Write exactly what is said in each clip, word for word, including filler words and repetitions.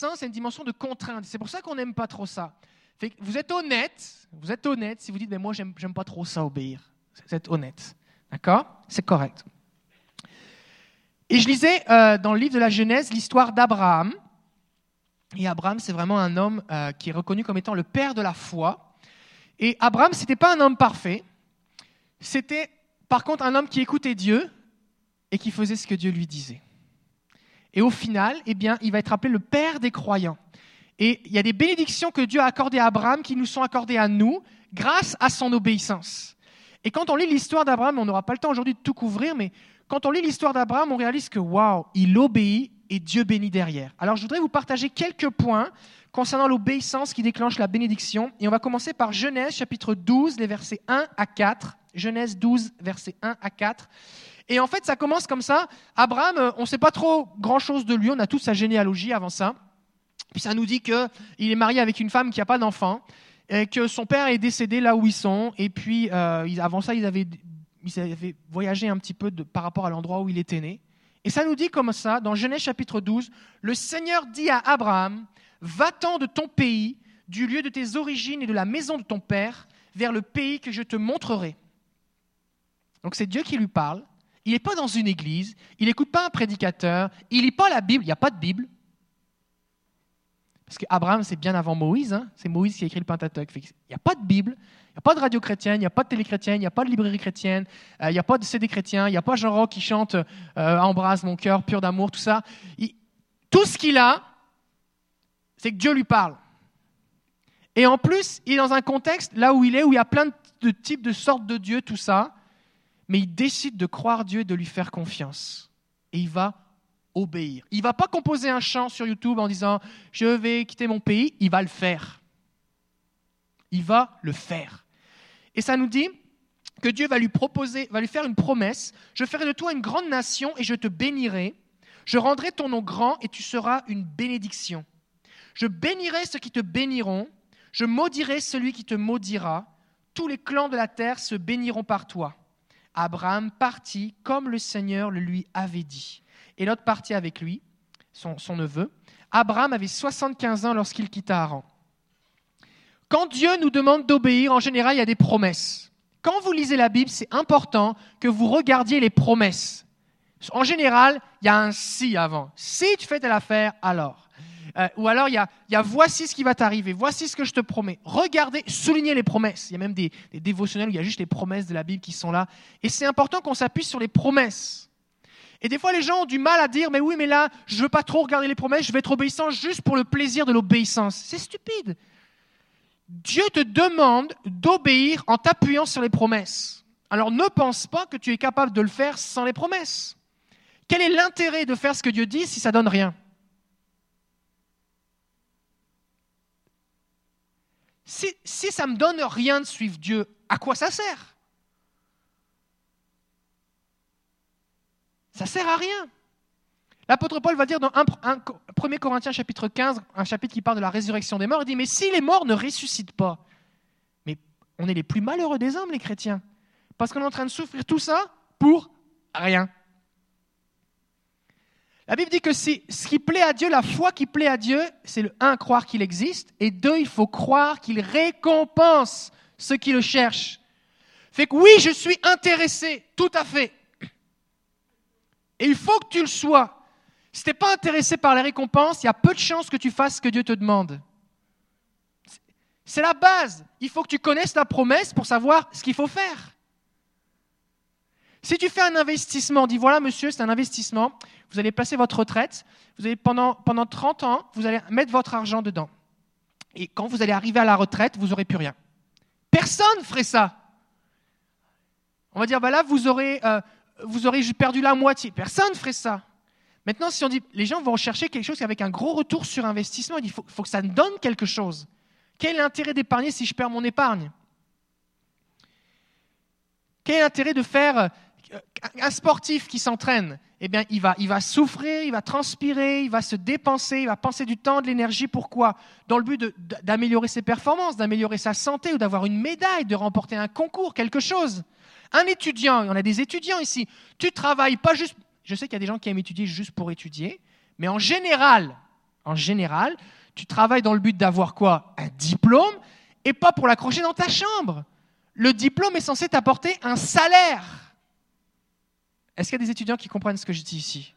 c'est une dimension de contrainte. C'est pour ça qu'on n'aime pas trop ça. Fait que vous êtes honnête, vous êtes honnête si vous dites mais moi j'aime, j'aime pas trop ça obéir. Vous êtes honnête, d'accord ? C'est correct. Et je lisais euh, dans le livre de la Genèse l'histoire d'Abraham. Et Abraham, c'est vraiment un homme euh, qui est reconnu comme étant le père de la foi. Et Abraham, c'était pas un homme parfait. C'était par contre un homme qui écoutait Dieu et qui faisait ce que Dieu lui disait. Et au final, eh bien, il va être appelé le père des croyants. Et il y a des bénédictions que Dieu a accordées à Abraham qui nous sont accordées à nous grâce à son obéissance. Et quand on lit l'histoire d'Abraham, on n'aura pas le temps aujourd'hui de tout couvrir, mais quand on lit l'histoire d'Abraham, on réalise que waouh, il obéit et Dieu bénit derrière. Alors je voudrais vous partager quelques points concernant l'obéissance qui déclenche la bénédiction. Et on va commencer par Genèse chapitre douze, les versets un à quatre. Genèse douze, versets un à quatre. Et en fait, ça commence comme ça. Abraham, on ne sait pas trop grand-chose de lui. On a toute sa généalogie avant ça. Puis ça nous dit qu'il est marié avec une femme qui n'a pas d'enfant, et que son père est décédé là où ils sont. Et puis, euh, avant ça, ils avaient, ils avaient voyagé un petit peu de, par rapport à l'endroit où il était né. Et ça nous dit comme ça, dans Genèse chapitre douze, « Le Seigneur dit à Abraham, va-t'en de ton pays, du lieu de tes origines et de la maison de ton père, vers le pays que je te montrerai. » Donc c'est Dieu qui lui parle. Il n'est pas dans une église, il n'écoute pas un prédicateur, il ne lit pas la Bible, il n'y a pas de Bible. Parce qu'Abraham, c'est bien avant Moïse, hein, c'est Moïse qui a écrit le Pentateuque. Il n'y a pas de Bible, il n'y a pas de radio chrétienne, il n'y a pas de télé chrétienne, il n'y a pas de librairie chrétienne, euh, il n'y a pas de C D chrétien, il n'y a pas Jean Roch qui chante euh, « Embrasse mon cœur, pur d'amour », tout ça. Il, tout ce qu'il a, c'est que Dieu lui parle. Et en plus, il est dans un contexte, là où il est, où il y a plein de, de types, de sortes de Dieu, tout ça, mais il décide de croire Dieu et de lui faire confiance. Et il va obéir. Il ne va pas composer un chant sur YouTube en disant « Je vais quitter mon pays », il va le faire. Il va le faire. Et ça nous dit que Dieu va lui proposer, va lui faire une promesse. « Je ferai de toi une grande nation et je te bénirai. Je rendrai ton nom grand et tu seras une bénédiction. Je bénirai ceux qui te béniront. Je maudirai celui qui te maudira. Tous les clans de la terre se béniront par toi. » Abraham partit comme le Seigneur le lui avait dit. Et Lot partit avec lui, son, son neveu. Abraham avait soixante-quinze ans lorsqu'il quitta Haran. Quand Dieu nous demande d'obéir, en général, il y a des promesses. Quand vous lisez la Bible, c'est important que vous regardiez les promesses. En général, il y a un « si » avant. Si tu fais telle affaire, alors. Euh, ou alors, il y, a, il y a « voici ce qui va t'arriver, voici ce que je te promets ». Regardez, soulignez les promesses. Il y a même des, des dévotionnels où il y a juste les promesses de la Bible qui sont là. Et c'est important qu'on s'appuie sur les promesses. Et des fois, les gens ont du mal à dire « mais oui, mais là, je ne veux pas trop regarder les promesses, je vais être obéissant juste pour le plaisir de l'obéissance ». C'est stupide. Dieu te demande d'obéir en t'appuyant sur les promesses. Alors ne pense pas que tu es capable de le faire sans les promesses. Quel est l'intérêt de faire ce que Dieu dit si ça ne donne rien ? Si, si ça ne me donne rien de suivre Dieu, à quoi ça sert ? Ça ne sert à rien. L'apôtre Paul va dire dans premier Corinthiens chapitre quinze, un chapitre qui parle de la résurrection des morts, il dit « Mais si les morts ne ressuscitent pas, mais on est les plus malheureux des hommes, les chrétiens, parce qu'on est en train de souffrir tout ça pour rien. » La Bible dit que si, ce qui plaît à Dieu, la foi qui plaît à Dieu, c'est le un, croire qu'il existe, et deux, il faut croire qu'il récompense ceux qui le cherchent. Fait que oui, je suis intéressé, tout à fait. Et il faut que tu le sois. Si tu n'es pas intéressé par les récompenses, il y a peu de chances que tu fasses ce que Dieu te demande. C'est la base. Il faut que tu connaisses la promesse pour savoir ce qu'il faut faire. Si tu fais un investissement, dis voilà monsieur, c'est un investissement, vous allez placer votre retraite, vous allez pendant, pendant trente ans, vous allez mettre votre argent dedans. Et quand vous allez arriver à la retraite, vous n'aurez plus rien. Personne ne ferait ça. On va dire, bah là, vous aurez, euh, vous aurez perdu la moitié. Personne ne ferait ça. Maintenant, si on dit, les gens vont chercher quelque chose avec un gros retour sur investissement, il faut, faut que ça me donne quelque chose. Quel est l'intérêt d'épargner si je perds mon épargne ? Quel est l'intérêt de faire un sportif qui s'entraîne ? Eh bien, il va, il va souffrir, il va transpirer, il va se dépenser, il va penser du temps, de l'énergie. Pourquoi ? Dans le but de, d'améliorer ses performances, d'améliorer sa santé ou d'avoir une médaille, de remporter un concours, quelque chose. Un étudiant, on a des étudiants ici, tu travailles pas juste... Je sais qu'il y a des gens qui aiment étudier juste pour étudier, mais en général, en général, tu travailles dans le but d'avoir quoi? Un diplôme, et pas pour l'accrocher dans ta chambre. Le diplôme est censé t'apporter un salaire. Est-ce qu'il y a des étudiants qui comprennent ce que je dis ici?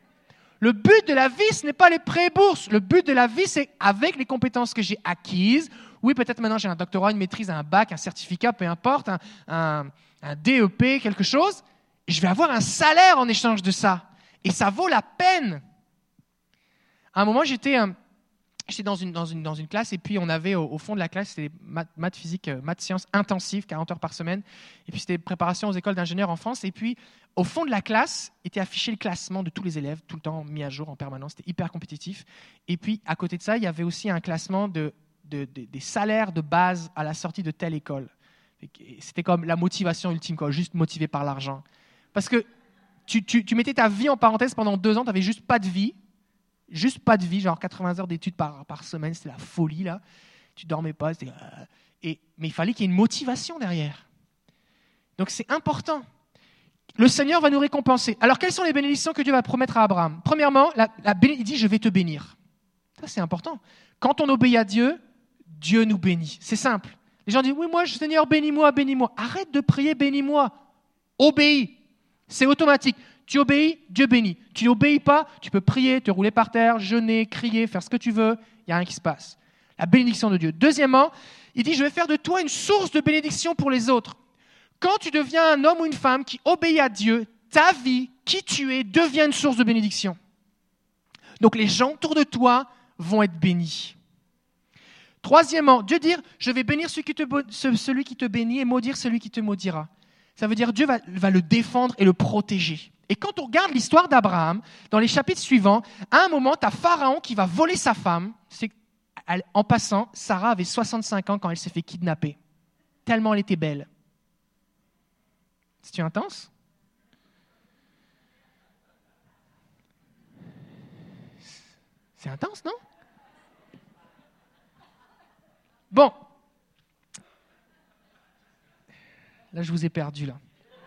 Le but de la vie, ce n'est pas les prêts et bourses. Le but de la vie, c'est avec les compétences que j'ai acquises. Oui, peut-être maintenant j'ai un doctorat, une maîtrise, un bac, un certificat, peu importe, un, un, un D E P, quelque chose. Et je vais avoir un salaire en échange de ça. Et ça vaut la peine. À un moment, j'étais, euh, j'étais dans, une, dans, une, dans une classe et puis on avait au, au fond de la classe, c'était maths, maths physique, euh, maths sciences intensives, quarante heures par semaine. Et puis c'était préparation aux écoles d'ingénieurs en France. Et puis au fond de la classe était affiché le classement de tous les élèves, tout le temps mis à jour en permanence. C'était hyper compétitif. Et puis à côté de ça, il y avait aussi un classement de, de, de, des salaires de base à la sortie de telle école. C'était comme la motivation ultime, quoi, juste motivé par l'argent. Parce que tu, tu, tu mettais ta vie en parenthèse pendant deux ans, tu n'avais juste pas de vie. Juste pas de vie, genre quatre-vingts heures d'études par, par semaine, c'était la folie, là. Tu dormais pas, c'était... Euh, et, mais il fallait qu'il y ait une motivation derrière. Donc c'est important. Le Seigneur va nous récompenser. Alors, quelles sont les bénédictions que Dieu va promettre à Abraham? Premièrement, la, la béné... il dit « je vais te bénir ». Ça, c'est important. Quand on obéit à Dieu, Dieu nous bénit. C'est simple. Les gens disent « oui, moi, Seigneur, bénis-moi, bénis-moi ». Arrête de prier « bénis-moi ». Obéis. C'est automatique. Tu obéis, Dieu bénit. Tu n'obéis pas, tu peux prier, te rouler par terre, jeûner, crier, faire ce que tu veux. Il n'y a rien qui se passe. La bénédiction de Dieu. Deuxièmement, il dit « je vais faire de toi une source de bénédiction pour les autres ». Quand tu deviens un homme ou une femme qui obéit à Dieu, ta vie, qui tu es, devient une source de bénédiction. Donc les gens autour de toi vont être bénis. Troisièmement, Dieu dit « je vais bénir celui qui, te, celui qui te bénit et maudire celui qui te maudira ». Ça veut dire Dieu va, va le défendre et le protéger. Et quand on regarde l'histoire d'Abraham, dans les chapitres suivants, à un moment, tu as Pharaon qui va voler sa femme. C'est, en passant, Sarah avait soixante-cinq ans quand elle s'est fait kidnapper. Tellement elle était belle. C'est-tu intense? C'est intense, non? Bon. Là, je vous ai perdu, là.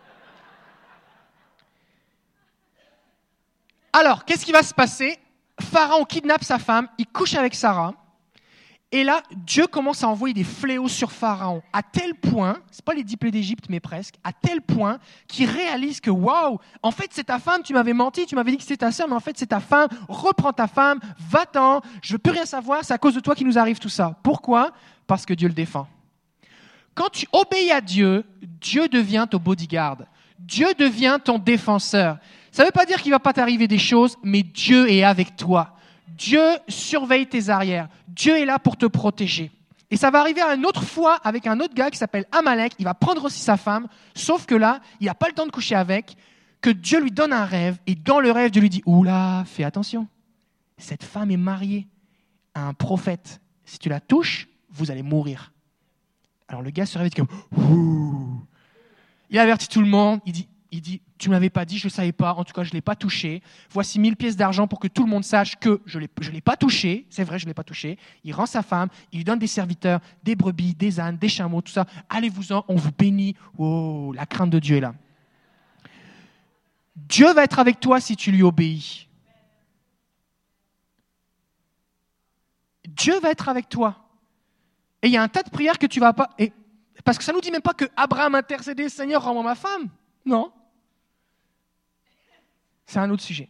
Alors, qu'est-ce qui va se passer? Pharaon kidnappe sa femme, il couche avec Sarah, et là, Dieu commence à envoyer des fléaux sur Pharaon, à tel point, c'est pas les dix plaies d'Égypte, mais presque, à tel point qu'il réalise que, waouh, en fait, c'est ta femme, tu m'avais menti, tu m'avais dit que c'était ta sœur, mais en fait, c'est ta femme, reprends ta femme, va-t'en, je veux plus rien savoir, c'est à cause de toi qu'il nous arrive tout ça. Pourquoi? Parce que Dieu le défend. Quand tu obéis à Dieu, Dieu devient ton bodyguard. Dieu devient ton défenseur. Ça ne veut pas dire qu'il ne va pas t'arriver des choses, mais Dieu est avec toi. Dieu surveille tes arrières. Dieu est là pour te protéger. Et ça va arriver à une autre fois avec un autre gars qui s'appelle Amalek. Il va prendre aussi sa femme, sauf que là, il n'a pas le temps de coucher avec, que Dieu lui donne un rêve. Et dans le rêve, Dieu lui dit « Oula, fais attention. Cette femme est mariée à un prophète. Si tu la touches, vous allez mourir. » Alors le gars se réveille comme Ouh. Il avertit tout le monde, il dit, il dit tu ne m'avais pas dit, je ne savais pas, en tout cas je ne l'ai pas touché. Voici mille pièces d'argent pour que tout le monde sache que je ne l'ai pas touché. C'est vrai, je ne l'ai pas touché. Il rend sa femme, il lui donne des serviteurs, des brebis, des ânes, des chameaux, tout ça. Allez-vous-en, on vous bénit. Oh, la crainte de Dieu est là. Dieu va être avec toi si tu lui obéis. Dieu va être avec toi. Et il y a un tas de prières que tu ne vas pas... Et, parce que ça ne nous dit même pas que Abraham intercédait, Seigneur, rends-moi ma femme. Non. C'est un autre sujet.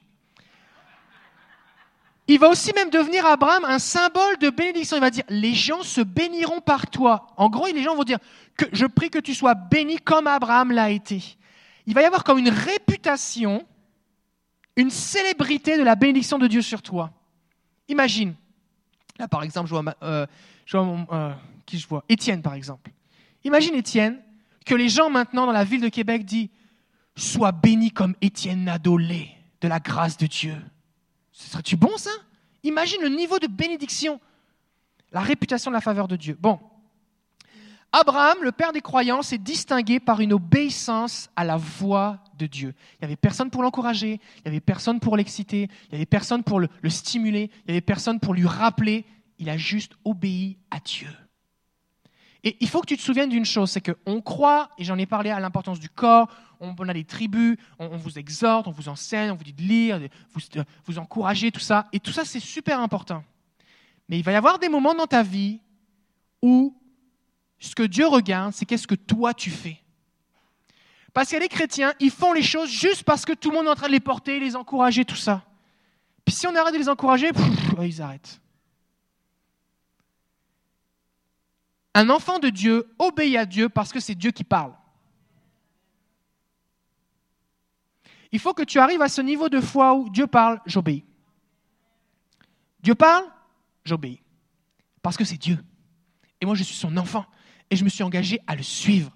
Il va aussi même devenir, Abraham, un symbole de bénédiction. Il va dire, les gens se béniront par toi. En gros, les gens vont dire, que je prie que tu sois béni comme Abraham l'a été. Il va y avoir comme une réputation, une célébrité de la bénédiction de Dieu sur toi. Imagine. Là, par exemple, je vois... Ma, euh, Je vois mon, euh, qui je vois Étienne, par exemple. Imagine, Étienne, que les gens maintenant dans la ville de Québec disent « Sois béni comme Étienne Nadeau-Lé, de la grâce de Dieu ». Ce serait-tu bon, ça? Imagine le niveau de bénédiction, la réputation de la faveur de Dieu. Bon. Abraham, le père des croyants, s'est distingué par une obéissance à la voix de Dieu. Il n'y avait personne pour l'encourager, il n'y avait personne pour l'exciter, il n'y avait personne pour le, le stimuler, il n'y avait personne pour lui rappeler. Il a juste obéi à Dieu. Et il faut que tu te souviennes d'une chose, c'est qu'on croit, et j'en ai parlé à l'importance du corps, on, on a des tribus, on, on vous exhorte, on vous enseigne, on vous dit de lire, de, vous, de, vous encourager, tout ça. Et tout ça, c'est super important. Mais il va y avoir des moments dans ta vie où ce que Dieu regarde, c'est qu'est-ce que toi tu fais. Parce qu'il y a des chrétiens, ils font les choses juste parce que tout le monde est en train de les porter, les encourager, tout ça. Puis si on arrête de les encourager, pff, ils arrêtent. Un enfant de Dieu obéit à Dieu parce que c'est Dieu qui parle. Il faut que tu arrives à ce niveau de foi où Dieu parle, j'obéis. Dieu parle, j'obéis. Parce que c'est Dieu. Et moi, je suis son enfant. Et je me suis engagé à le suivre.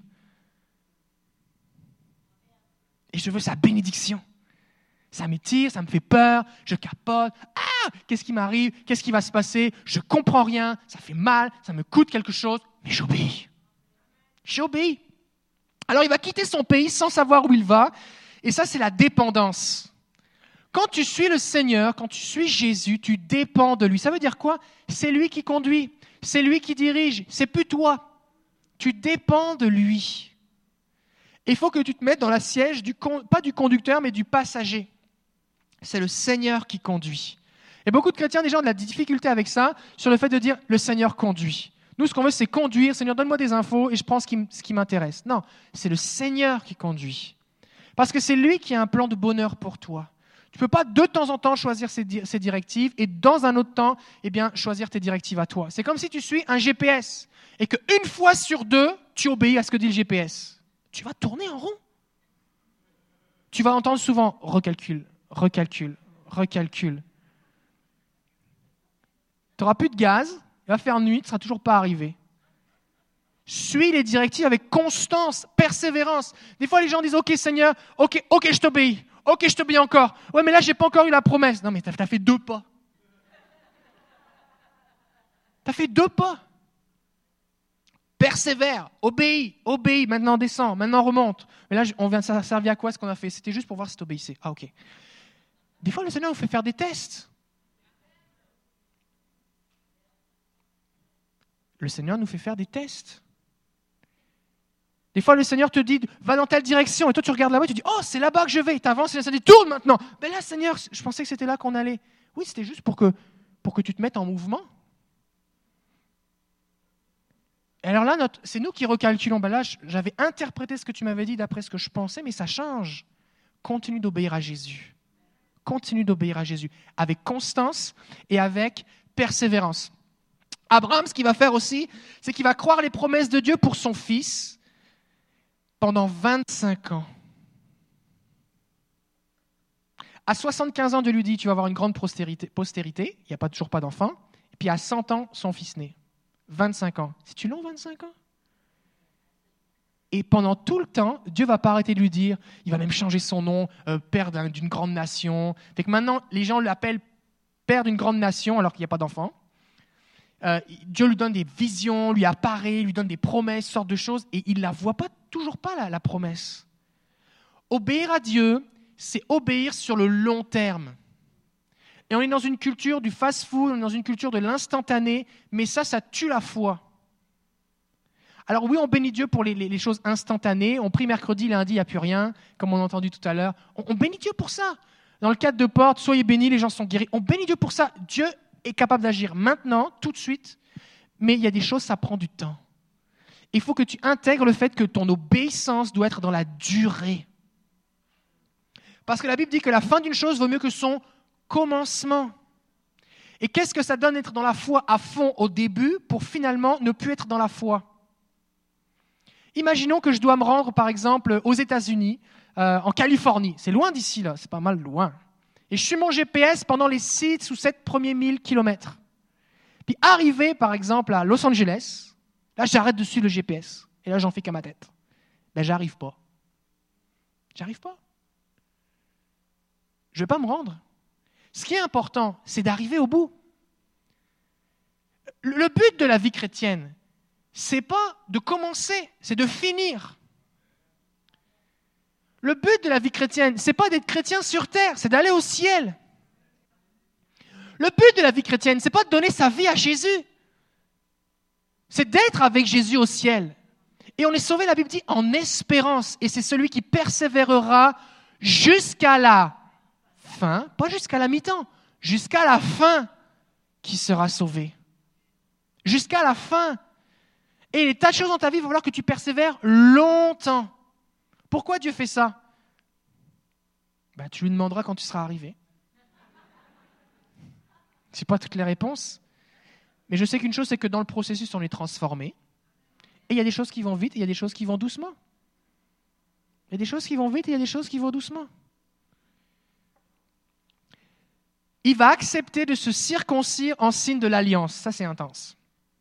Et je veux sa bénédiction. Ça m'étire, ça me fait peur, je capote. Ah, qu'est-ce qui m'arrive? Qu'est-ce qui va se passer? Je ne comprends rien, ça fait mal, ça me coûte quelque chose, mais j'obéis. J'obéis. Alors il va quitter son pays sans savoir où il va. Et ça, c'est la dépendance. Quand tu suis le Seigneur, quand tu suis Jésus, tu dépends de lui. Ça veut dire quoi? C'est lui qui conduit, c'est lui qui dirige, c'est plus toi. Tu dépends de lui. Il faut que tu te mettes dans la siège, du con, pas du conducteur, mais du passager. C'est le Seigneur qui conduit. Et beaucoup de chrétiens, déjà, ont de la difficulté avec ça, sur le fait de dire « le Seigneur conduit ». Nous, ce qu'on veut, c'est conduire. « Seigneur, donne-moi des infos et je prends ce qui, ce qui m'intéresse ». Non, c'est le Seigneur qui conduit. Parce que c'est lui qui a un plan de bonheur pour toi. Tu ne peux pas de temps en temps choisir ses, di- ses directives et dans un autre temps, eh bien, choisir tes directives à toi. C'est comme si tu suis un G P S et qu'une fois sur deux, tu obéis à ce que dit le G P S. Tu vas tourner en rond. Tu vas entendre souvent « recalcule ». Recalcule, recalcule. Tu n'auras plus de gaz, il va faire nuit, tu ne seras toujours pas arrivé. Suis les directives avec constance, persévérance. Des fois, les gens disent « Ok, Seigneur, ok, ok, je t'obéis. Ok, je t'obéis encore. Ouais, mais là, je n'ai pas encore eu la promesse. » Non, mais tu as fait deux pas. Tu as fait deux pas. Persévère, obéis, obéis, maintenant descends, maintenant remonte. Mais là, on vient de servir à quoi ce qu'on a fait? C'était juste pour voir si tu obéissais. Ah, ok. Des fois, le Seigneur nous fait faire des tests. Le Seigneur nous fait faire des tests. Des fois, le Seigneur te dit, va dans telle direction. Et toi, tu regardes là-bas et tu dis, oh, c'est là-bas que je vais. Tu avances et le Seigneur dit, tourne maintenant. Mais là, Seigneur, je pensais que c'était là qu'on allait. Oui, c'était juste pour que, pour que tu te mettes en mouvement. Et alors là, notre, c'est nous qui recalculons. Ben là, j'avais interprété ce que tu m'avais dit d'après ce que je pensais, mais ça change. Continue d'obéir à Jésus. Continue d'obéir à Jésus avec constance et avec persévérance. Abraham, ce qu'il va faire aussi, c'est qu'il va croire les promesses de Dieu pour son fils pendant vingt-cinq ans. À soixante-quinze ans, Dieu lui dit, tu vas avoir une grande postérité, postérité. Il n'y a pas, toujours pas d'enfant. Et puis à cent ans, son fils naît. vingt-cinq ans. C'est-tu long, vingt-cinq ans? Et pendant tout le temps, Dieu ne va pas arrêter de lui dire, il va même changer son nom, euh, père d'un, d'une grande nation. Fait que maintenant, les gens l'appellent père d'une grande nation alors qu'il n'y a pas d'enfant. Euh, Dieu lui donne des visions, lui apparaît, lui donne des promesses, sortes de choses, et il ne la voit pas, toujours pas, la, la promesse. Obéir à Dieu, c'est obéir sur le long terme. Et on est dans une culture du fast-food, on est dans une culture de l'instantané, mais ça, ça tue la foi. Alors oui, on bénit Dieu pour les, les, les choses instantanées. On prie mercredi, lundi, il n'y a plus rien, comme on a entendu tout à l'heure. On, on bénit Dieu pour ça. Dans le cadre de Porte, soyez bénis, les gens sont guéris. On bénit Dieu pour ça. Dieu est capable d'agir maintenant, tout de suite, mais il y a des choses, ça prend du temps. Il faut que tu intègres le fait que ton obéissance doit être dans la durée. Parce que la Bible dit que la fin d'une chose vaut mieux que son commencement. Et qu'est-ce que ça donne d'être dans la foi à fond au début pour finalement ne plus être dans la foi? Imaginons que je dois me rendre, par exemple, aux États-Unis, euh, en Californie. C'est loin d'ici, là. C'est pas mal loin. Et je suis mon G P S pendant les six ou sept premiers mille kilomètres. Puis arrivé, par exemple, à Los Angeles, là, j'arrête de suivre le G P S. Et là, j'en fais qu'à ma tête. Ben, j'arrive pas. J'arrive pas. Je ne vais pas me rendre. Ce qui est important, c'est d'arriver au bout. Le but de la vie chrétienne, c'est pas de commencer, c'est de finir. Le but de la vie chrétienne, c'est pas d'être chrétien sur terre, c'est d'aller au ciel. Le but de la vie chrétienne, c'est pas de donner sa vie à Jésus. C'est d'être avec Jésus au ciel. Et on est sauvé, la Bible dit, en espérance. Et c'est celui qui persévérera jusqu'à la fin, pas jusqu'à la mi-temps, jusqu'à la fin qui sera sauvé. Jusqu'à la fin. Et les tas de choses dans ta vie, il va falloir que tu persévères longtemps. Pourquoi Dieu fait ça? Ben, tu lui demanderas quand tu seras arrivé. Ce n'est pas toutes les réponses. Mais je sais qu'une chose, c'est que dans le processus, on est transformé. Et il y a des choses qui vont vite et il y a des choses qui vont doucement. Il y a des choses qui vont vite et il y a des choses qui vont doucement. Il va accepter de se circoncire en signe de l'alliance. Ça, c'est intense.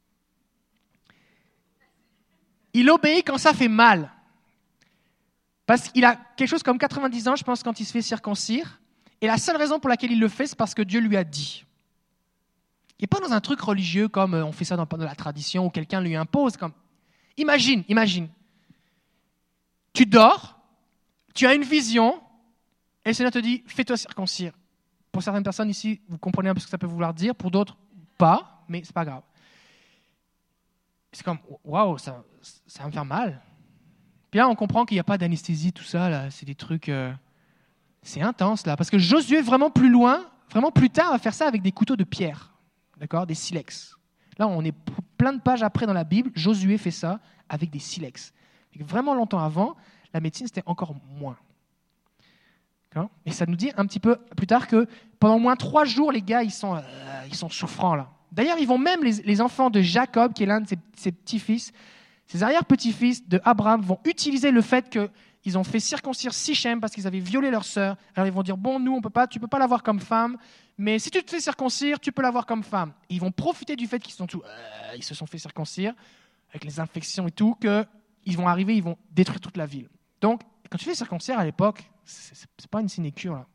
Il obéit quand ça fait mal. Parce qu'il a quelque chose comme quatre-vingt-dix ans, je pense, quand il se fait circoncire. Et la seule raison pour laquelle il le fait, c'est parce que Dieu lui a dit. Il n'est pas dans un truc religieux comme on fait ça dans la tradition ou quelqu'un lui impose. Comme... Imagine, imagine. Tu dors, tu as une vision, et le Seigneur te dit, fais-toi circoncire. Pour certaines personnes ici, vous comprenez un peu ce que ça peut vouloir dire. Pour d'autres, pas, mais c'est pas grave. C'est comme, waouh, ça, ça va me faire mal. Puis là, on comprend qu'il n'y a pas d'anesthésie, tout ça. Là, c'est des trucs... Euh, c'est intense, là. Parce que Josué, vraiment plus loin, vraiment plus tard, va faire ça avec des couteaux de pierre. D'accord? Des silex. Là, on est plein de pages après dans la Bible. Josué fait ça avec des silex. Et vraiment longtemps avant, la médecine, c'était encore moins. D'accord? Et ça nous dit un petit peu plus tard que pendant au moins trois jours, les gars, ils sont, euh, ils sont souffrants, là. D'ailleurs, ils vont même, les, les enfants de Jacob, qui est l'un de ses, ses petits-fils, ses arrière-petits-fils de Abraham, vont utiliser le fait qu'ils ont fait circoncire Sichem parce qu'ils avaient violé leur sœur. Alors ils vont dire, bon, nous, on peut pas, tu ne peux pas l'avoir comme femme, mais si tu te fais circoncire, tu peux l'avoir comme femme. Et ils vont profiter du fait qu'ils sont tout, euh, ils se sont fait circoncire, avec les infections et tout, qu'ils vont arriver, ils vont détruire toute la ville. Donc, quand tu fais circoncire à l'époque, ce n'est pas une sinécure, là.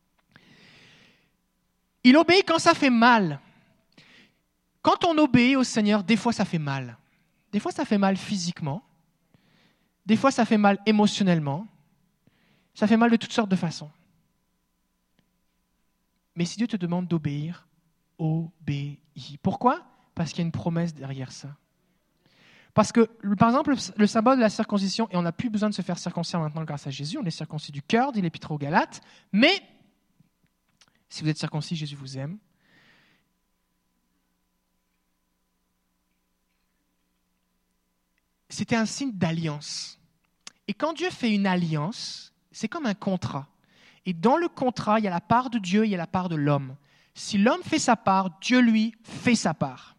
Il obéit quand ça fait mal. Quand on obéit au Seigneur, des fois ça fait mal. Des fois ça fait mal physiquement. Des fois ça fait mal émotionnellement. Ça fait mal de toutes sortes de façons. Mais si Dieu te demande d'obéir, obéis. Pourquoi? Parce qu'il y a une promesse derrière ça. Parce que, par exemple, le symbole de la circoncision, et on n'a plus besoin de se faire circoncire maintenant grâce à Jésus, on est circoncis du cœur, dit l'Épître aux Galates, mais si vous êtes circoncis, Jésus vous aime. C'était un signe d'alliance. Et quand Dieu fait une alliance, c'est comme un contrat. Et dans le contrat, il y a la part de Dieu, il y a la part de l'homme. Si l'homme fait sa part, Dieu, lui, fait sa part.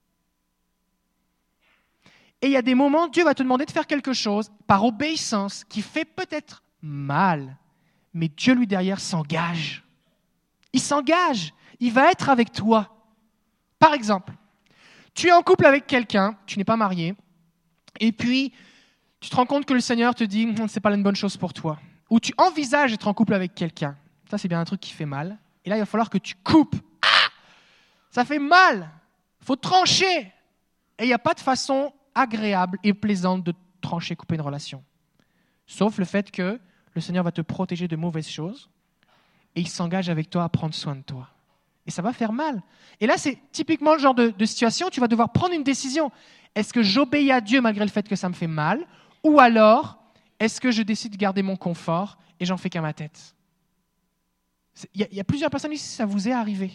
Et il y a des moments, Dieu va te demander de faire quelque chose par obéissance qui fait peut-être mal, mais Dieu, lui, derrière, s'engage. Il s'engage. Il va être avec toi. Par exemple, tu es en couple avec quelqu'un, tu n'es pas marié, et puis tu te rends compte que le Seigneur te dit « c'est pas une bonne chose pour toi ». Ou tu envisages d'être en couple avec quelqu'un. Ça, c'est bien un truc qui fait mal. Et là, il va falloir que tu coupes. Ah! Ça fait mal. Il faut trancher. Et il n'y a pas de façon agréable et plaisante de trancher, couper une relation. Sauf le fait que le Seigneur va te protéger de mauvaises choses et il s'engage avec toi à prendre soin de toi. Et ça va faire mal. Et là, c'est typiquement le genre de, de situation où tu vas devoir prendre une décision. Est-ce que j'obéis à Dieu malgré le fait que ça me fait mal? Ou alors, est-ce que je décide de garder mon confort et j'en fais qu'à ma tête? Il y, y a plusieurs personnes ici, ça vous est arrivé.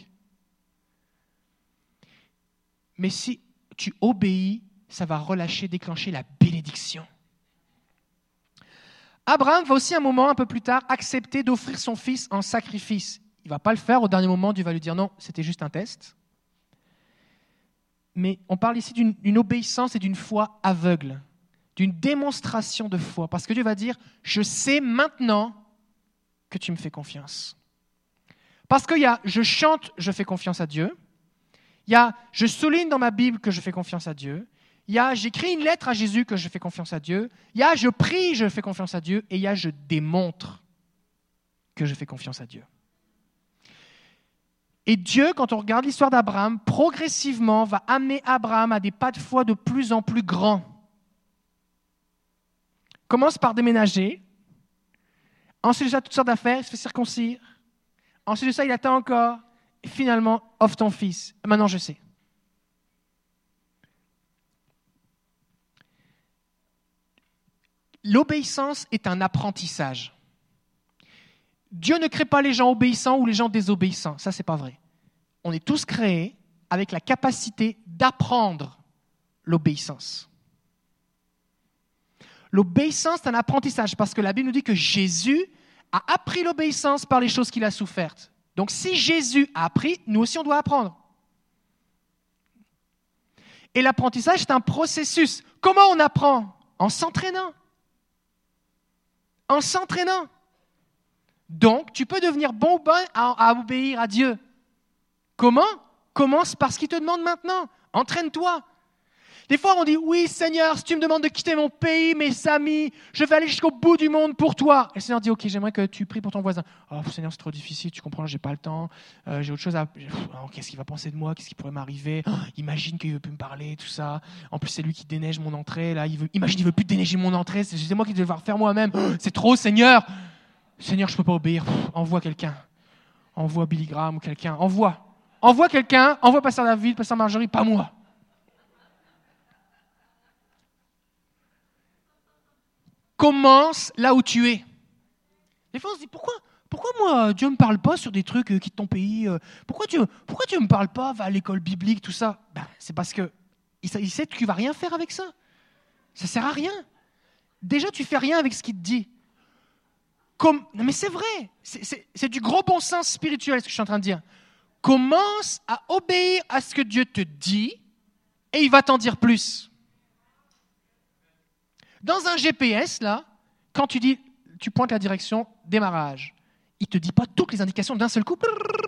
Mais si tu obéis, ça va relâcher, déclencher la bénédiction. Abraham va aussi un moment, un peu plus tard, accepter d'offrir son fils en sacrifice. Il ne va pas le faire. Au dernier moment, Dieu va lui dire non, c'était juste un test. Mais on parle ici d'une, d'une obéissance et d'une foi aveugle, d'une démonstration de foi. Parce que Dieu va dire, je sais maintenant que tu me fais confiance. Parce qu'il y a, je chante, je fais confiance à Dieu. Il y a, je souligne dans ma Bible que je fais confiance à Dieu. Il y a, j'écris une lettre à Jésus que je fais confiance à Dieu. Il y a, je prie, je fais confiance à Dieu. Et il y a, je démontre que je fais confiance à Dieu. Et Dieu, quand on regarde l'histoire d'Abraham, progressivement va amener Abraham à des pas de foi de plus en plus grands. Commence par déménager. Ensuite de ça, toutes sortes d'affaires, il se fait circoncire. Ensuite de ça, il attend encore. Et finalement, offre ton fils. Maintenant, je sais. l'obéissance est un apprentissage. Dieu ne crée pas les gens obéissants ou les gens désobéissants. Ça, c'est pas vrai. On est tous créés avec la capacité d'apprendre l'obéissance. L'obéissance, c'est un apprentissage parce que la Bible nous dit que Jésus a appris l'obéissance par les choses qu'il a souffertes. Donc, si Jésus a appris, nous aussi, on doit apprendre. Et l'apprentissage, c'est un processus. Comment on apprend ? En s'entraînant. En s'entraînant. Donc, tu peux devenir bon ou bon à, à obéir à Dieu. Comment ? Commence par ce qu'il te demande maintenant. Entraîne-toi. Des fois, on dit, oui, Seigneur, si tu me demandes de quitter mon pays, mes amis, je vais aller jusqu'au bout du monde pour toi. Et le Seigneur dit, ok, j'aimerais que tu pries pour ton voisin. Oh, Seigneur, c'est trop difficile, tu comprends, j'ai pas le temps, euh, j'ai autre chose à... Oh, qu'est-ce qu'il va penser de moi ? Qu'est-ce qui pourrait m'arriver ? Oh, imagine qu'il veut plus me parler, tout ça. En plus, c'est lui qui déneige mon entrée, là. Il veut... Imagine, il veut plus déneiger mon entrée, c'est, c'est moi qui vais devoir faire moi-même. Oh, c'est trop, Seigneur. Seigneur, je peux pas obéir. Pff, envoie quelqu'un. Envoie Billy Graham ou quelqu'un. Envoie. Envoie quelqu'un. Envoie Pasteur David, Pasteur Marjorie, pas moi. Commence là où tu es. Des fois, on se dit, pourquoi, pourquoi moi, Dieu ne me parle pas sur des trucs, euh, quitte ton pays euh, pourquoi, Dieu, pourquoi Dieu ne me parle pas, va à l'école biblique, tout ça ben, c'est parce qu'il il sait que tu ne vas rien faire avec ça. Ça ne sert à rien. Déjà, tu ne fais rien avec ce qu'il te dit. Comme, non, mais c'est vrai. C'est, c'est, c'est du gros bon sens spirituel, ce que je suis en train de dire. Commence à obéir à ce que Dieu te dit et il va t'en dire plus. Dans un G P S, là, quand tu dis, tu pointes la direction démarrage, il ne te dit pas toutes les indications d'un seul coup.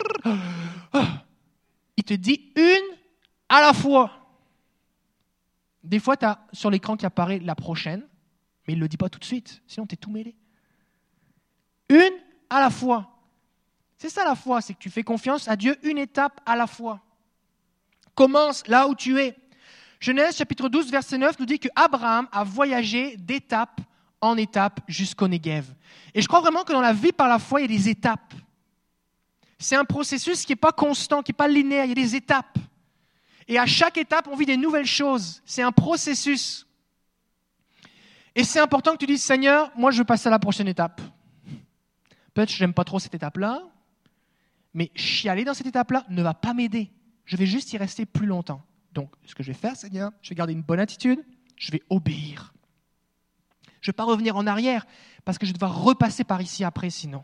Il te dit une à la fois. Des fois, tu as sur l'écran qui apparaît la prochaine, mais il ne le dit pas tout de suite, sinon tu es tout mêlé. Une à la fois. C'est ça la foi, c'est que tu fais confiance à Dieu une étape à la fois. Commence là où tu es. Genèse chapitre douze, verset neuf nous dit qu'Abraham a voyagé d'étape en étape jusqu'au Néguev. Et je crois vraiment que dans la vie par la foi, il y a des étapes. C'est un processus qui n'est pas constant, qui n'est pas linéaire, il y a des étapes. Et à chaque étape, on vit des nouvelles choses. C'est un processus. Et c'est important que tu dises, Seigneur, moi je veux passer à la prochaine étape. Peut-être que je n'aime pas trop cette étape-là, mais chialer dans cette étape-là ne va pas m'aider. Je vais juste y rester plus longtemps. Donc, ce que je vais faire, Seigneur, je vais garder une bonne attitude, je vais obéir. Je ne vais pas revenir en arrière, parce que je vais devoir repasser par ici après, sinon.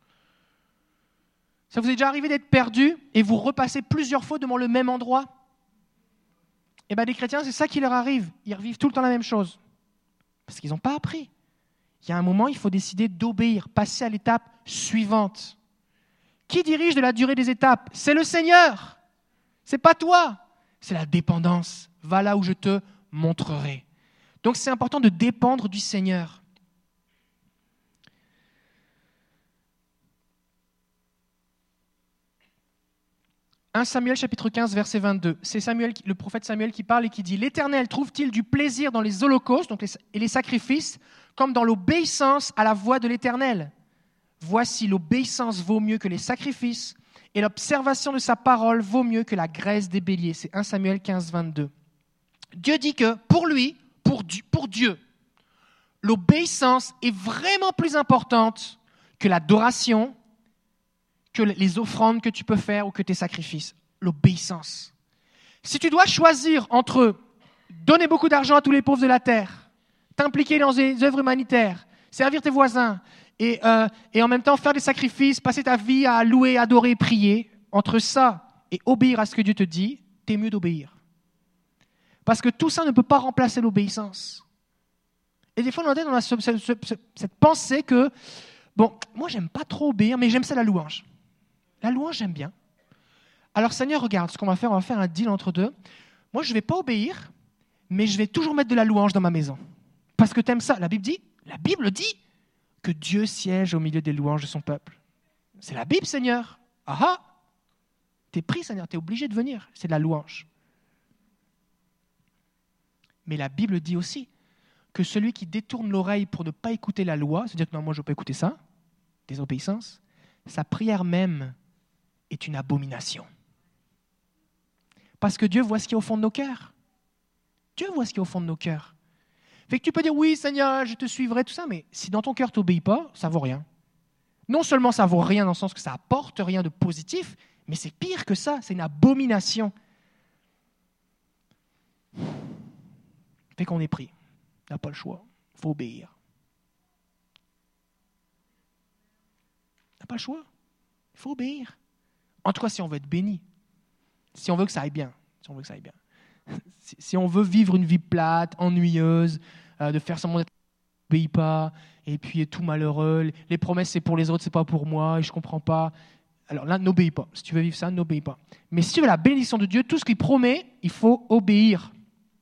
Ça vous est déjà arrivé d'être perdu et vous repassez plusieurs fois devant le même endroit ? Eh bien, les chrétiens, c'est ça qui leur arrive. Ils revivent tout le temps la même chose. Parce qu'ils n'ont pas appris. Il y a un moment, il faut décider d'obéir, passer à l'étape suivante. Qui dirige de la durée des étapes ? C'est le Seigneur. Ce n'est pas toi. C'est la dépendance. Va là où je te montrerai. Donc, c'est important de dépendre du Seigneur. premier Samuel chapitre quinze, verset vingt-deux. C'est Samuel, le prophète Samuel qui parle et qui dit « L'Éternel trouve-t-il du plaisir dans les holocaustes donc les, et les sacrifices, comme dans l'obéissance à la voix de l'Éternel ? Voici, l'obéissance vaut mieux que les sacrifices, et l'observation de sa parole vaut mieux que la graisse des béliers. » C'est premier Samuel quinze, vingt-deux. Dieu dit que pour lui, pour Dieu, pour Dieu, l'obéissance est vraiment plus importante que l'adoration, que les offrandes que tu peux faire ou que tes sacrifices. L'obéissance. Si tu dois choisir entre donner beaucoup d'argent à tous les pauvres de la terre, t'impliquer dans des œuvres humanitaires, servir tes voisins, et, euh, et en même temps faire des sacrifices, passer ta vie à louer, adorer, prier, entre ça et obéir à ce que Dieu te dit, t'es mieux d'obéir. Parce que tout ça ne peut pas remplacer l'obéissance. Et des fois, dans la tête, on a ce, ce, ce, cette pensée que, bon, moi, j'aime pas trop obéir, mais j'aime ça la louange. La louange, j'aime bien. Alors, Seigneur, regarde, ce qu'on va faire, on va faire un deal entre deux. Moi, je ne vais pas obéir, mais je vais toujours mettre de la louange dans ma maison. Parce que tu aimes ça. La Bible dit, la Bible dit que Dieu siège au milieu des louanges de son peuple. C'est la Bible, Seigneur. Ah ah! T'es pris, Seigneur, t'es obligé de venir. C'est de la louange. Mais la Bible dit aussi que celui qui détourne l'oreille pour ne pas écouter la loi, c'est-à-dire que non, moi je ne veux pas écouter ça, désobéissance, sa prière même est une abomination. Parce que Dieu voit ce qui est au fond de nos cœurs. Dieu voit ce qui est au fond de nos cœurs. Fait que tu peux dire, oui, Seigneur, je te suivrai, tout ça, mais si dans ton cœur tu n'obéis pas, ça ne vaut rien. Non seulement ça ne vaut rien dans le sens que ça apporte rien de positif, mais c'est pire que ça, c'est une abomination. Fait qu'on est pris. On n'a pas le choix. Il faut obéir. On n'a pas le choix. Il faut obéir. En tout cas, si on veut être béni. Si on veut que ça aille bien. Si on veut que ça aille bien. Si, si on veut vivre une vie plate, ennuyeuse, euh, de faire semblant d'être n'obéis pas, et puis tout malheureux, les promesses c'est pour les autres, c'est pas pour moi, et je comprends pas. Alors là, n'obéis pas. Si tu veux vivre ça, n'obéis pas. Mais si tu veux la bénédiction de Dieu, tout ce qu'il promet, il faut obéir.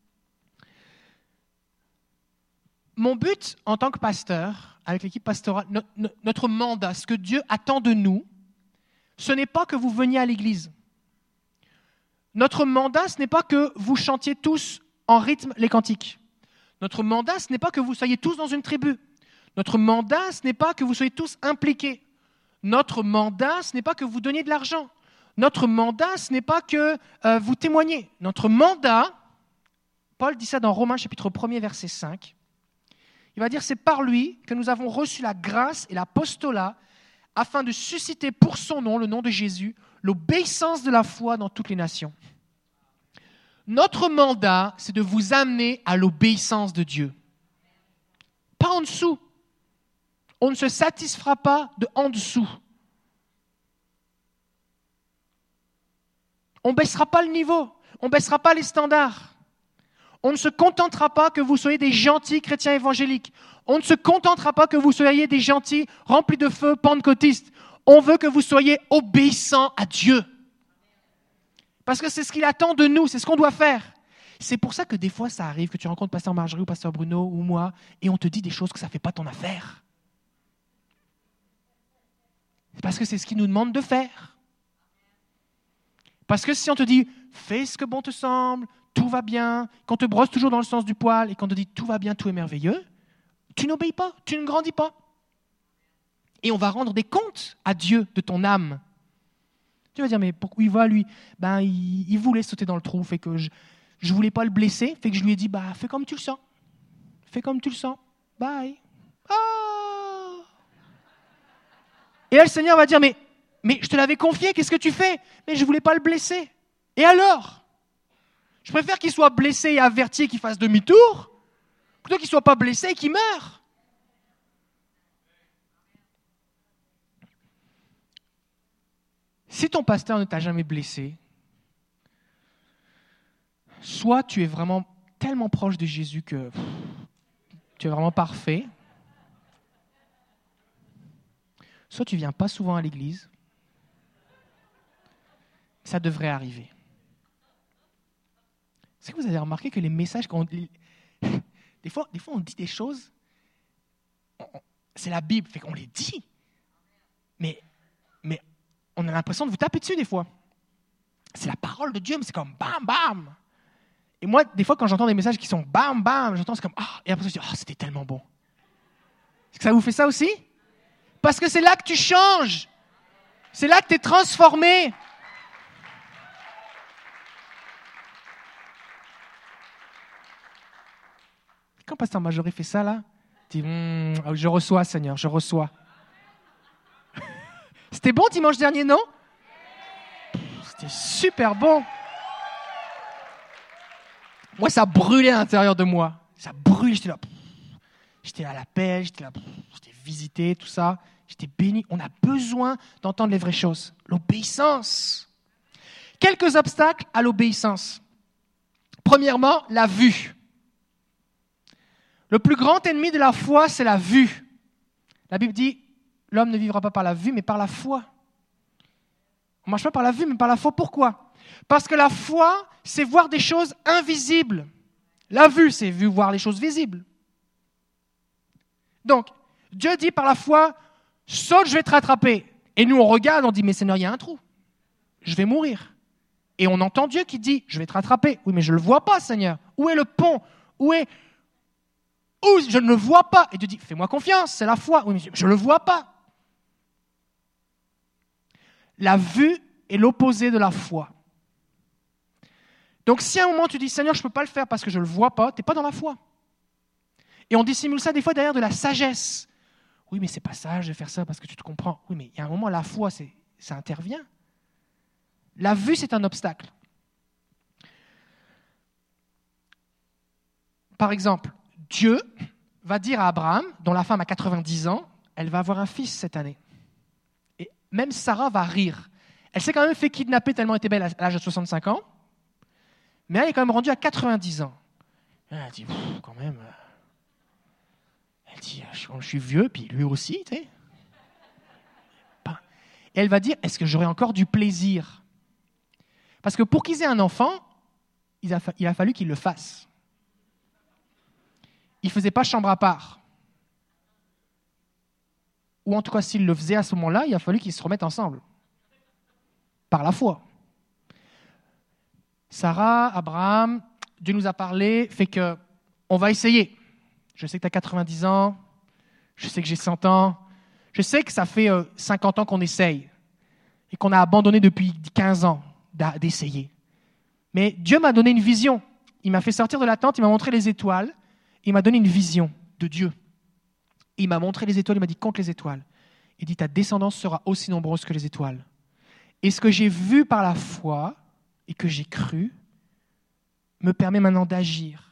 Mon but en tant que pasteur, avec l'équipe pastorale, no, no, notre mandat, ce que Dieu attend de nous, ce n'est pas que vous veniez à l'église. Notre mandat, ce n'est pas que vous chantiez tous en rythme les cantiques. Notre mandat, ce n'est pas que vous soyez tous dans une tribu. Notre mandat, ce n'est pas que vous soyez tous impliqués. Notre mandat, ce n'est pas que vous donniez de l'argent. Notre mandat, ce n'est pas que euh, vous témoignez. Notre mandat, Paul dit ça dans Romains chapitre un, verset cinq, il va dire, c'est par lui que nous avons reçu la grâce et l'apostolat afin de susciter pour son nom, le nom de Jésus, l'obéissance de la foi dans toutes les nations. Notre mandat, c'est de vous amener à l'obéissance de Dieu. Pas en dessous. On ne se satisfera pas de en dessous. On ne baissera pas le niveau. On ne baissera pas les standards. On ne se contentera pas que vous soyez des gentils chrétiens évangéliques. On ne se contentera pas que vous soyez des gentils remplis de feu pentecôtistes. On veut que vous soyez obéissants à Dieu. Parce que c'est ce qu'il attend de nous, c'est ce qu'on doit faire. C'est pour ça que des fois, ça arrive que tu rencontres Pasteur Marjorie ou Pasteur Bruno ou moi et on te dit des choses que ça ne fait pas ton affaire. C'est parce que c'est ce qu'il nous demande de faire. Parce que si on te dit « fais ce que bon te semble », tout va bien, qu'on te brosse toujours dans le sens du poil et qu'on te dit tout va bien, tout est merveilleux, tu n'obéis pas, tu ne grandis pas. Et on va rendre des comptes à Dieu de ton âme. Tu vas dire, mais pourquoi il va lui ben, il, il voulait sauter dans le trou, fait que je ne voulais pas le blesser, fait que je lui ai dit, bah, fais comme tu le sens. Fais comme tu le sens. Bye. Ah. Et là, le Seigneur va dire, mais, mais je te l'avais confié, qu'est-ce que tu fais? Mais je ne voulais pas le blesser. Et alors? Je préfère qu'il soit blessé et averti et qu'il fasse demi-tour, plutôt qu'il ne soit pas blessé et qu'il meure. Si ton pasteur ne t'a jamais blessé, soit tu es vraiment tellement proche de Jésus que pff, tu es vraiment parfait, soit tu ne viens pas souvent à l'église, ça devrait arriver. Est-ce que vous avez remarqué que les messages, qu'on dit, des fois, des fois on dit des choses, on, on, c'est la Bible, fait qu'on les dit, mais, mais on a l'impression de vous taper dessus des fois. C'est la parole de Dieu, mais c'est comme bam, bam. Et moi, des fois, quand j'entends des messages qui sont bam, bam, j'entends c'est comme ah, et après je dis ah, c'était tellement bon. Est-ce que ça vous fait ça aussi? Parce que c'est là que tu changes. C'est là que tu es transformé. Quand Pasteur Marjorie fait ça, là, tu dis mmm, je reçois, Seigneur, je reçois. C'était bon dimanche dernier, non? C'était super bon. Moi, ça brûlait à l'intérieur de moi. Ça brûle, j'étais là. J'étais à la paix, j'étais là. J'étais visité, tout ça. J'étais béni. On a besoin d'entendre les vraies choses. L'obéissance. Quelques obstacles à l'obéissance. Premièrement, la vue. Le plus grand ennemi de la foi, c'est la vue. La Bible dit, l'homme ne vivra pas par la vue, mais par la foi. On ne marche pas par la vue, mais par la foi. Pourquoi? Parce que la foi, c'est voir des choses invisibles. La vue, c'est vu voir les choses visibles. Donc, Dieu dit par la foi, saute, je vais te rattraper. Et nous, on regarde, on dit, mais Seigneur, il y a un trou. Je vais mourir. Et on entend Dieu qui dit, je vais te rattraper. Oui, mais je ne le vois pas, Seigneur. Où est le pont? Où est... Où je ne le vois pas. Et Dieu dit, fais-moi confiance, c'est la foi. Oui, mais je ne le vois pas. La vue est l'opposé de la foi. Donc si à un moment tu dis, Seigneur, je ne peux pas le faire parce que je ne le vois pas, tu n'es pas dans la foi. Et on dissimule ça des fois derrière de la sagesse. Oui, mais c'est pas sage de faire ça parce que tu te comprends. Oui, mais il y a un moment, la foi, c'est, ça intervient. La vue, c'est un obstacle. Par exemple, Dieu va dire à Abraham, dont la femme a quatre-vingt-dix ans, elle va avoir un fils cette année. Et même Sarah va rire. Elle s'est quand même fait kidnapper tellement elle était belle à l'âge de soixante-cinq ans, mais elle est quand même rendue à quatre-vingt-dix ans. Et elle a dit, quand même, elle dit, je suis vieux, puis lui aussi, tu sais. Et elle va dire, est-ce que j'aurai encore du plaisir? Parce que pour qu'ils aient un enfant, il a, fa- il a fallu qu'ils le fassent. Il ne faisait pas chambre à part. Ou en tout cas, s'il le faisait à ce moment-là, il a fallu qu'ils se remettent ensemble. Par la foi. Sarah, Abraham, Dieu nous a parlé, fait que on va essayer. Je sais que tu as quatre-vingt-dix ans, je sais que j'ai cent ans, je sais que ça fait euh, cinquante ans qu'on essaye et qu'on a abandonné depuis quinze ans d'essayer. Mais Dieu m'a donné une vision. Il m'a fait sortir de la tente, il m'a montré les étoiles, il m'a donné une vision de Dieu. Il m'a montré les étoiles, il m'a dit compte les étoiles. Il dit ta descendance sera aussi nombreuse que les étoiles. Et ce que j'ai vu par la foi et que j'ai cru me permet maintenant d'agir.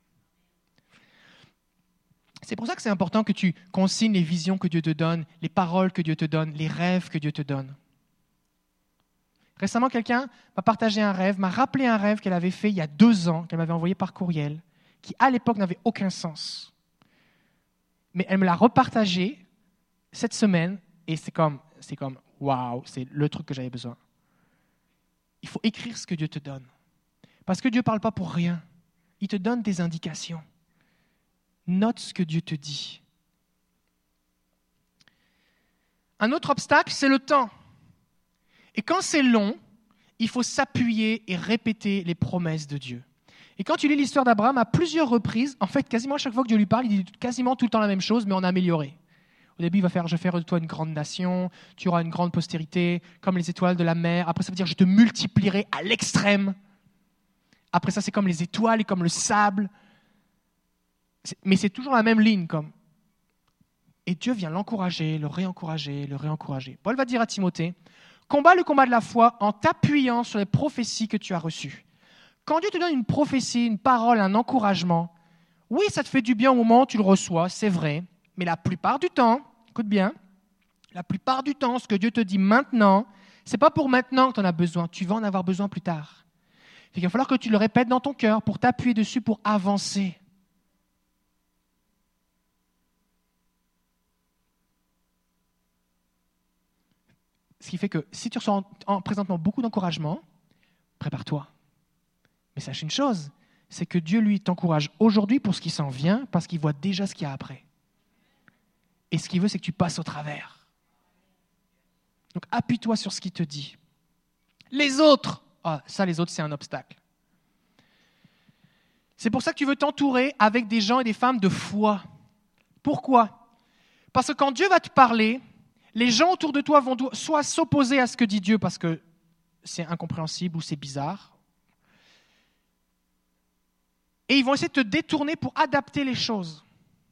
C'est pour ça que c'est important que tu consignes les visions que Dieu te donne, les paroles que Dieu te donne, les rêves que Dieu te donne. Récemment, quelqu'un m'a partagé un rêve, m'a rappelé un rêve qu'elle avait fait il y a deux ans, qu'elle m'avait envoyé par courriel, qui à l'époque n'avait aucun sens. Mais elle me l'a repartagé cette semaine et c'est comme, c'est comme, waouh, c'est le truc que j'avais besoin. Il faut écrire ce que Dieu te donne. Parce que Dieu ne parle pas pour rien. Il te donne des indications. Note ce que Dieu te dit. Un autre obstacle, c'est le temps. Et quand c'est long, il faut s'appuyer et répéter les promesses de Dieu. Et quand tu lis l'histoire d'Abraham, à plusieurs reprises, en fait, quasiment à chaque fois que Dieu lui parle, il dit quasiment tout le temps la même chose, mais en amélioré. Au début, il va faire « Je vais faire de toi une grande nation, tu auras une grande postérité, comme les étoiles de la mer. » Après, ça veut dire « Je te multiplierai à l'extrême. » Après ça, c'est comme les étoiles et comme le sable. C'est, mais c'est toujours la même ligne. Comme. Et Dieu vient l'encourager, le réencourager, le réencourager. Paul va dire à Timothée, « Combat le combat de la foi en t'appuyant sur les prophéties que tu as reçues. » Quand Dieu te donne une prophétie, une parole, un encouragement, oui, ça te fait du bien au moment où tu le reçois, c'est vrai, mais la plupart du temps, écoute bien, la plupart du temps, ce que Dieu te dit maintenant, ce n'est pas pour maintenant que tu en as besoin, tu vas en avoir besoin plus tard. Il va falloir que tu le répètes dans ton cœur pour t'appuyer dessus, pour avancer. Ce qui fait que si tu reçois en, en, présentement beaucoup d'encouragement, prépare-toi. Mais sache une chose, c'est que Dieu, lui, t'encourage aujourd'hui pour ce qui s'en vient, parce qu'il voit déjà ce qu'il y a après. Et ce qu'il veut, c'est que tu passes au travers. Donc, appuie-toi sur ce qu'il te dit. Les autres, ah, ça, les autres, c'est un obstacle. C'est pour ça que tu veux t'entourer avec des gens et des femmes de foi. Pourquoi ? Parce que quand Dieu va te parler, les gens autour de toi vont soit s'opposer à ce que dit Dieu parce que c'est incompréhensible ou c'est bizarre, et ils vont essayer de te détourner pour adapter les choses.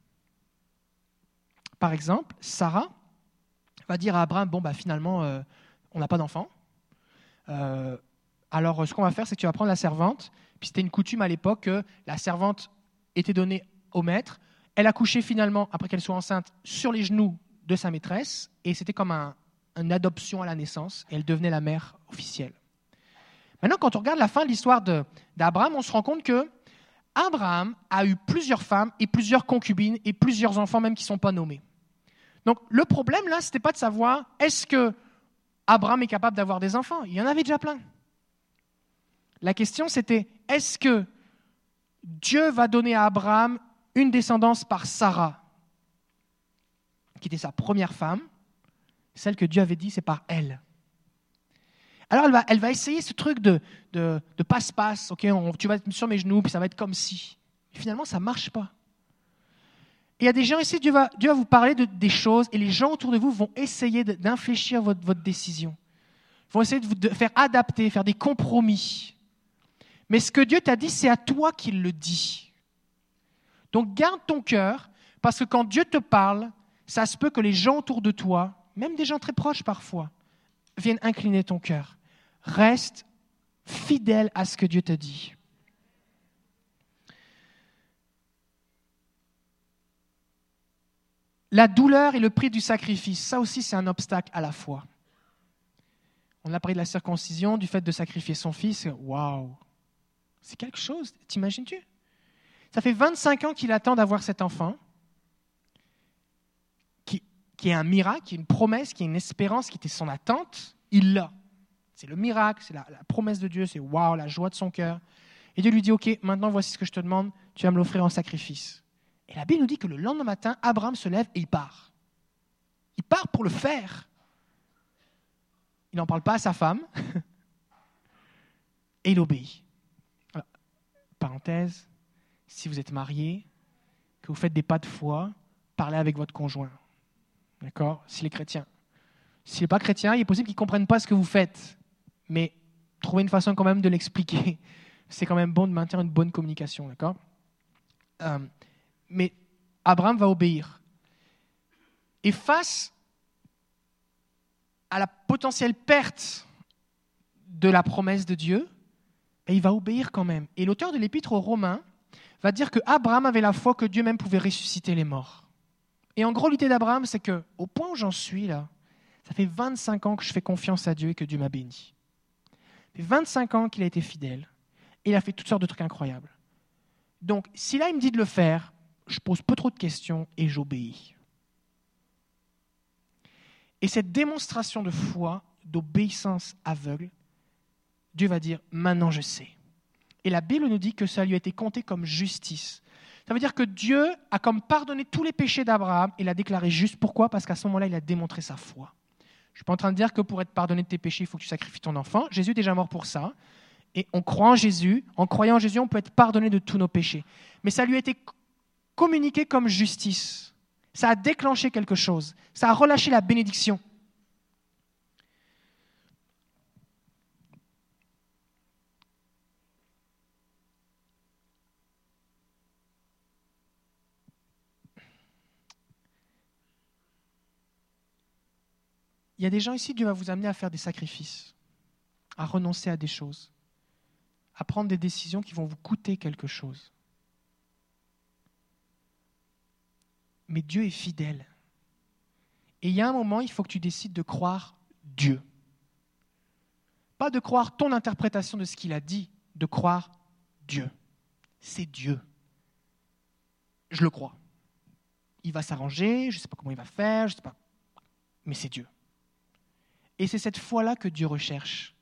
Par exemple, Sarah va dire à Abraham, bon, bah, finalement, euh, on n'a pas d'enfant. Euh, alors, ce qu'on va faire, c'est que tu vas prendre la servante. Puis c'était une coutume à l'époque que la servante était donnée au maître. Elle accouchait finalement, après qu'elle soit enceinte, sur les genoux de sa maîtresse. Et c'était comme un, une adoption à la naissance. Et elle devenait la mère officielle. Maintenant, quand on regarde la fin de l'histoire de, d'Abraham, on se rend compte que Abraham a eu plusieurs femmes et plusieurs concubines et plusieurs enfants même qui ne sont pas nommés. Donc le problème là, ce n'était pas de savoir est-ce que Abraham est capable d'avoir des enfants. Il y en avait déjà plein. La question c'était est-ce que Dieu va donner à Abraham une descendance par Sarah, qui était sa première femme, celle que Dieu avait dit c'est par elle. Alors, elle va, elle va essayer ce truc de, de, de passe-passe. Okay, on, tu vas être sur mes genoux, puis ça va être comme si. Et finalement, ça ne marche pas. Et il y a des gens ici, Dieu va, Dieu va vous parler de, des choses, et les gens autour de vous vont essayer de, d'infléchir votre, votre décision. Ils vont essayer de vous de faire adapter, faire des compromis. Mais ce que Dieu t'a dit, c'est à toi qu'il le dit. Donc garde ton cœur, parce que quand Dieu te parle, ça se peut que les gens autour de toi, même des gens très proches parfois, viennent incliner ton cœur. Reste fidèle à ce que Dieu te dit. La douleur et le prix du sacrifice, ça aussi c'est un obstacle à la foi. On a parlé de la circoncision, du fait de sacrifier son fils. Waouh! C'est quelque chose, t'imagines-tu? Ça fait vingt-cinq ans qu'il attend d'avoir cet enfant, qui, qui est un miracle, qui est une promesse, qui est une espérance, qui était son attente. Il l'a. C'est le miracle, c'est la, la promesse de Dieu, c'est waouh, la joie de son cœur. Et Dieu lui dit, ok, maintenant voici ce que je te demande, tu vas me l'offrir en sacrifice. Et la Bible nous dit que le lendemain matin, Abraham se lève et il part. Il part pour le faire. Il n'en parle pas à sa femme. Et il obéit. Alors, parenthèse, si vous êtes marié, que vous faites des pas de foi, parlez avec votre conjoint. D'accord? S'il est chrétien. S'il n'est pas chrétien, il est possible qu'il ne comprenne pas ce que vous faites. Mais trouvez une façon quand même de l'expliquer. C'est quand même bon de maintenir une bonne communication. D'accord? euh, Mais Abraham va obéir. Et face à la potentielle perte de la promesse de Dieu, il va obéir quand même. Et l'auteur de l'Épître aux Romains va dire qu'Abraham avait la foi que Dieu même pouvait ressusciter les morts. Et en gros, l'idée d'Abraham, c'est qu'au point où j'en suis là, ça fait vingt-cinq ans que je fais confiance à Dieu et que Dieu m'a béni. Ça fait vingt-cinq ans qu'il a été fidèle. Et il a fait toutes sortes de trucs incroyables. Donc, si là, il me dit de le faire, je pose peu trop de questions et j'obéis. Et cette démonstration de foi, d'obéissance aveugle, Dieu va dire, maintenant je sais. Et la Bible nous dit que ça lui a été compté comme justice. Ça veut dire que Dieu a comme pardonné tous les péchés d'Abraham et l'a déclaré juste. Pourquoi? Parce qu'à ce moment-là, il a démontré sa foi. Je ne suis pas en train de dire que pour être pardonné de tes péchés, il faut que tu sacrifies ton enfant. Jésus est déjà mort pour ça. Et on croit en Jésus. En croyant en Jésus, on peut être pardonné de tous nos péchés. Mais ça lui a été communiqué comme justice. Ça a déclenché quelque chose. Ça a relâché la bénédiction. Il y a des gens ici, Dieu va vous amener à faire des sacrifices, à renoncer à des choses, à prendre des décisions qui vont vous coûter quelque chose. Mais Dieu est fidèle. Et il y a un moment, il faut que tu décides de croire Dieu. Pas de croire ton interprétation de ce qu'il a dit, de croire Dieu. C'est Dieu. Je le crois. Il va s'arranger, je ne sais pas comment il va faire, je ne sais pas. Mais c'est Dieu. Et c'est cette foi-là que Dieu recherche.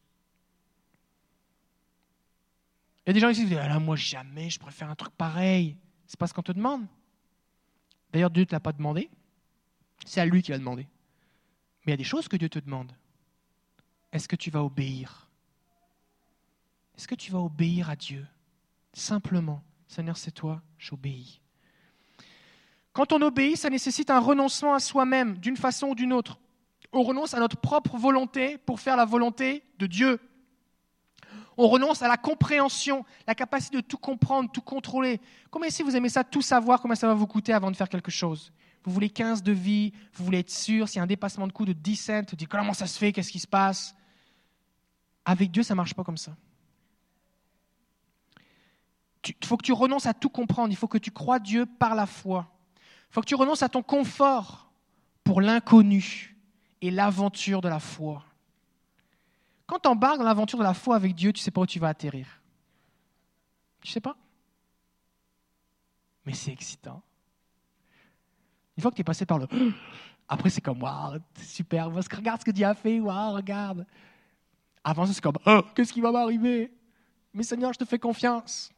Il y a des gens ici qui disent, ah là, moi jamais, je pourrais faire un truc pareil. C'est pas ce qu'on te demande. D'ailleurs, Dieu ne te l'a pas demandé. C'est à lui qui l'a demandé. Mais il y a des choses que Dieu te demande. Est-ce que tu vas obéir? Est-ce que tu vas obéir à Dieu? Simplement, Seigneur, c'est toi, j'obéis. Quand on obéit, ça nécessite un renoncement à soi-même, d'une façon ou d'une autre. On renonce à notre propre volonté pour faire la volonté de Dieu. On renonce à la compréhension, la capacité de tout comprendre, tout contrôler. Comment ici vous aimez ça, tout savoir, combien ça va vous coûter avant de faire quelque chose? Vous voulez quinze devis, vous voulez être sûr, s'il y a un dépassement de coût de dix cents, vous dites comment ça se fait, qu'est-ce qui se passe? Avec Dieu, ça ne marche pas comme ça. Il faut que tu renonces à tout comprendre, il faut que tu crois Dieu par la foi. Il faut que tu renonces à ton confort pour l'inconnu et l'aventure de la foi. Quand tu embarques dans l'aventure de la foi avec Dieu, tu ne sais pas où tu vas atterrir. Tu ne sais pas. Mais c'est excitant. Une fois que tu es passé par le... Après, c'est comme, waouh, c'est super, regarde ce que Dieu a fait, waouh, regarde. Avant ça, c'est comme, oh, qu'est-ce qui va m'arriver? Mais Seigneur, je te fais confiance.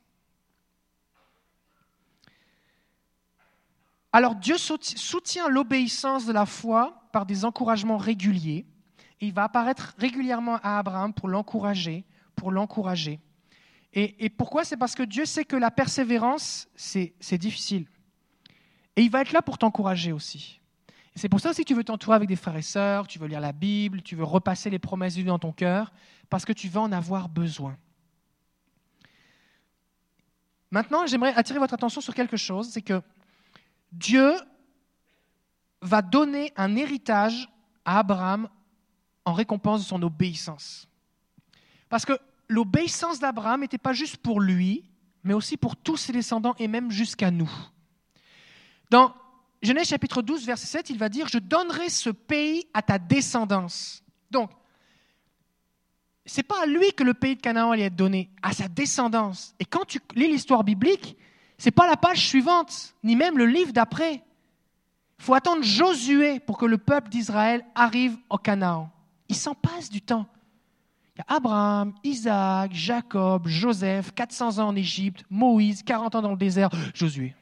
Alors Dieu soutient l'obéissance de la foi par des encouragements réguliers. Et il va apparaître régulièrement à Abraham pour l'encourager, pour l'encourager. Et, et pourquoi? C'est parce que Dieu sait que la persévérance, c'est, c'est difficile. Et il va être là pour t'encourager aussi. Et c'est pour ça aussi que tu veux t'entourer avec des frères et sœurs, tu veux lire la Bible, tu veux repasser les promesses de Dieu dans ton cœur, parce que tu vas en avoir besoin. Maintenant, j'aimerais attirer votre attention sur quelque chose, c'est que Dieu va donner un héritage à Abraham en récompense de son obéissance. Parce que l'obéissance d'Abraham n'était pas juste pour lui, mais aussi pour tous ses descendants et même jusqu'à nous. Dans Genèse chapitre douze, verset sept, il va dire « Je donnerai ce pays à ta descendance ». Donc, ce n'est pas à lui que le pays de Canaan allait être donné, à sa descendance. Et quand tu lis l'histoire biblique, ce n'est pas la page suivante, ni même le livre d'après. Il faut attendre Josué pour que le peuple d'Israël arrive au Canaan. Il s'en passe du temps. Il y a Abraham, Isaac, Jacob, Joseph, quatre cents ans en Égypte, Moïse, quarante ans dans le désert, Josué.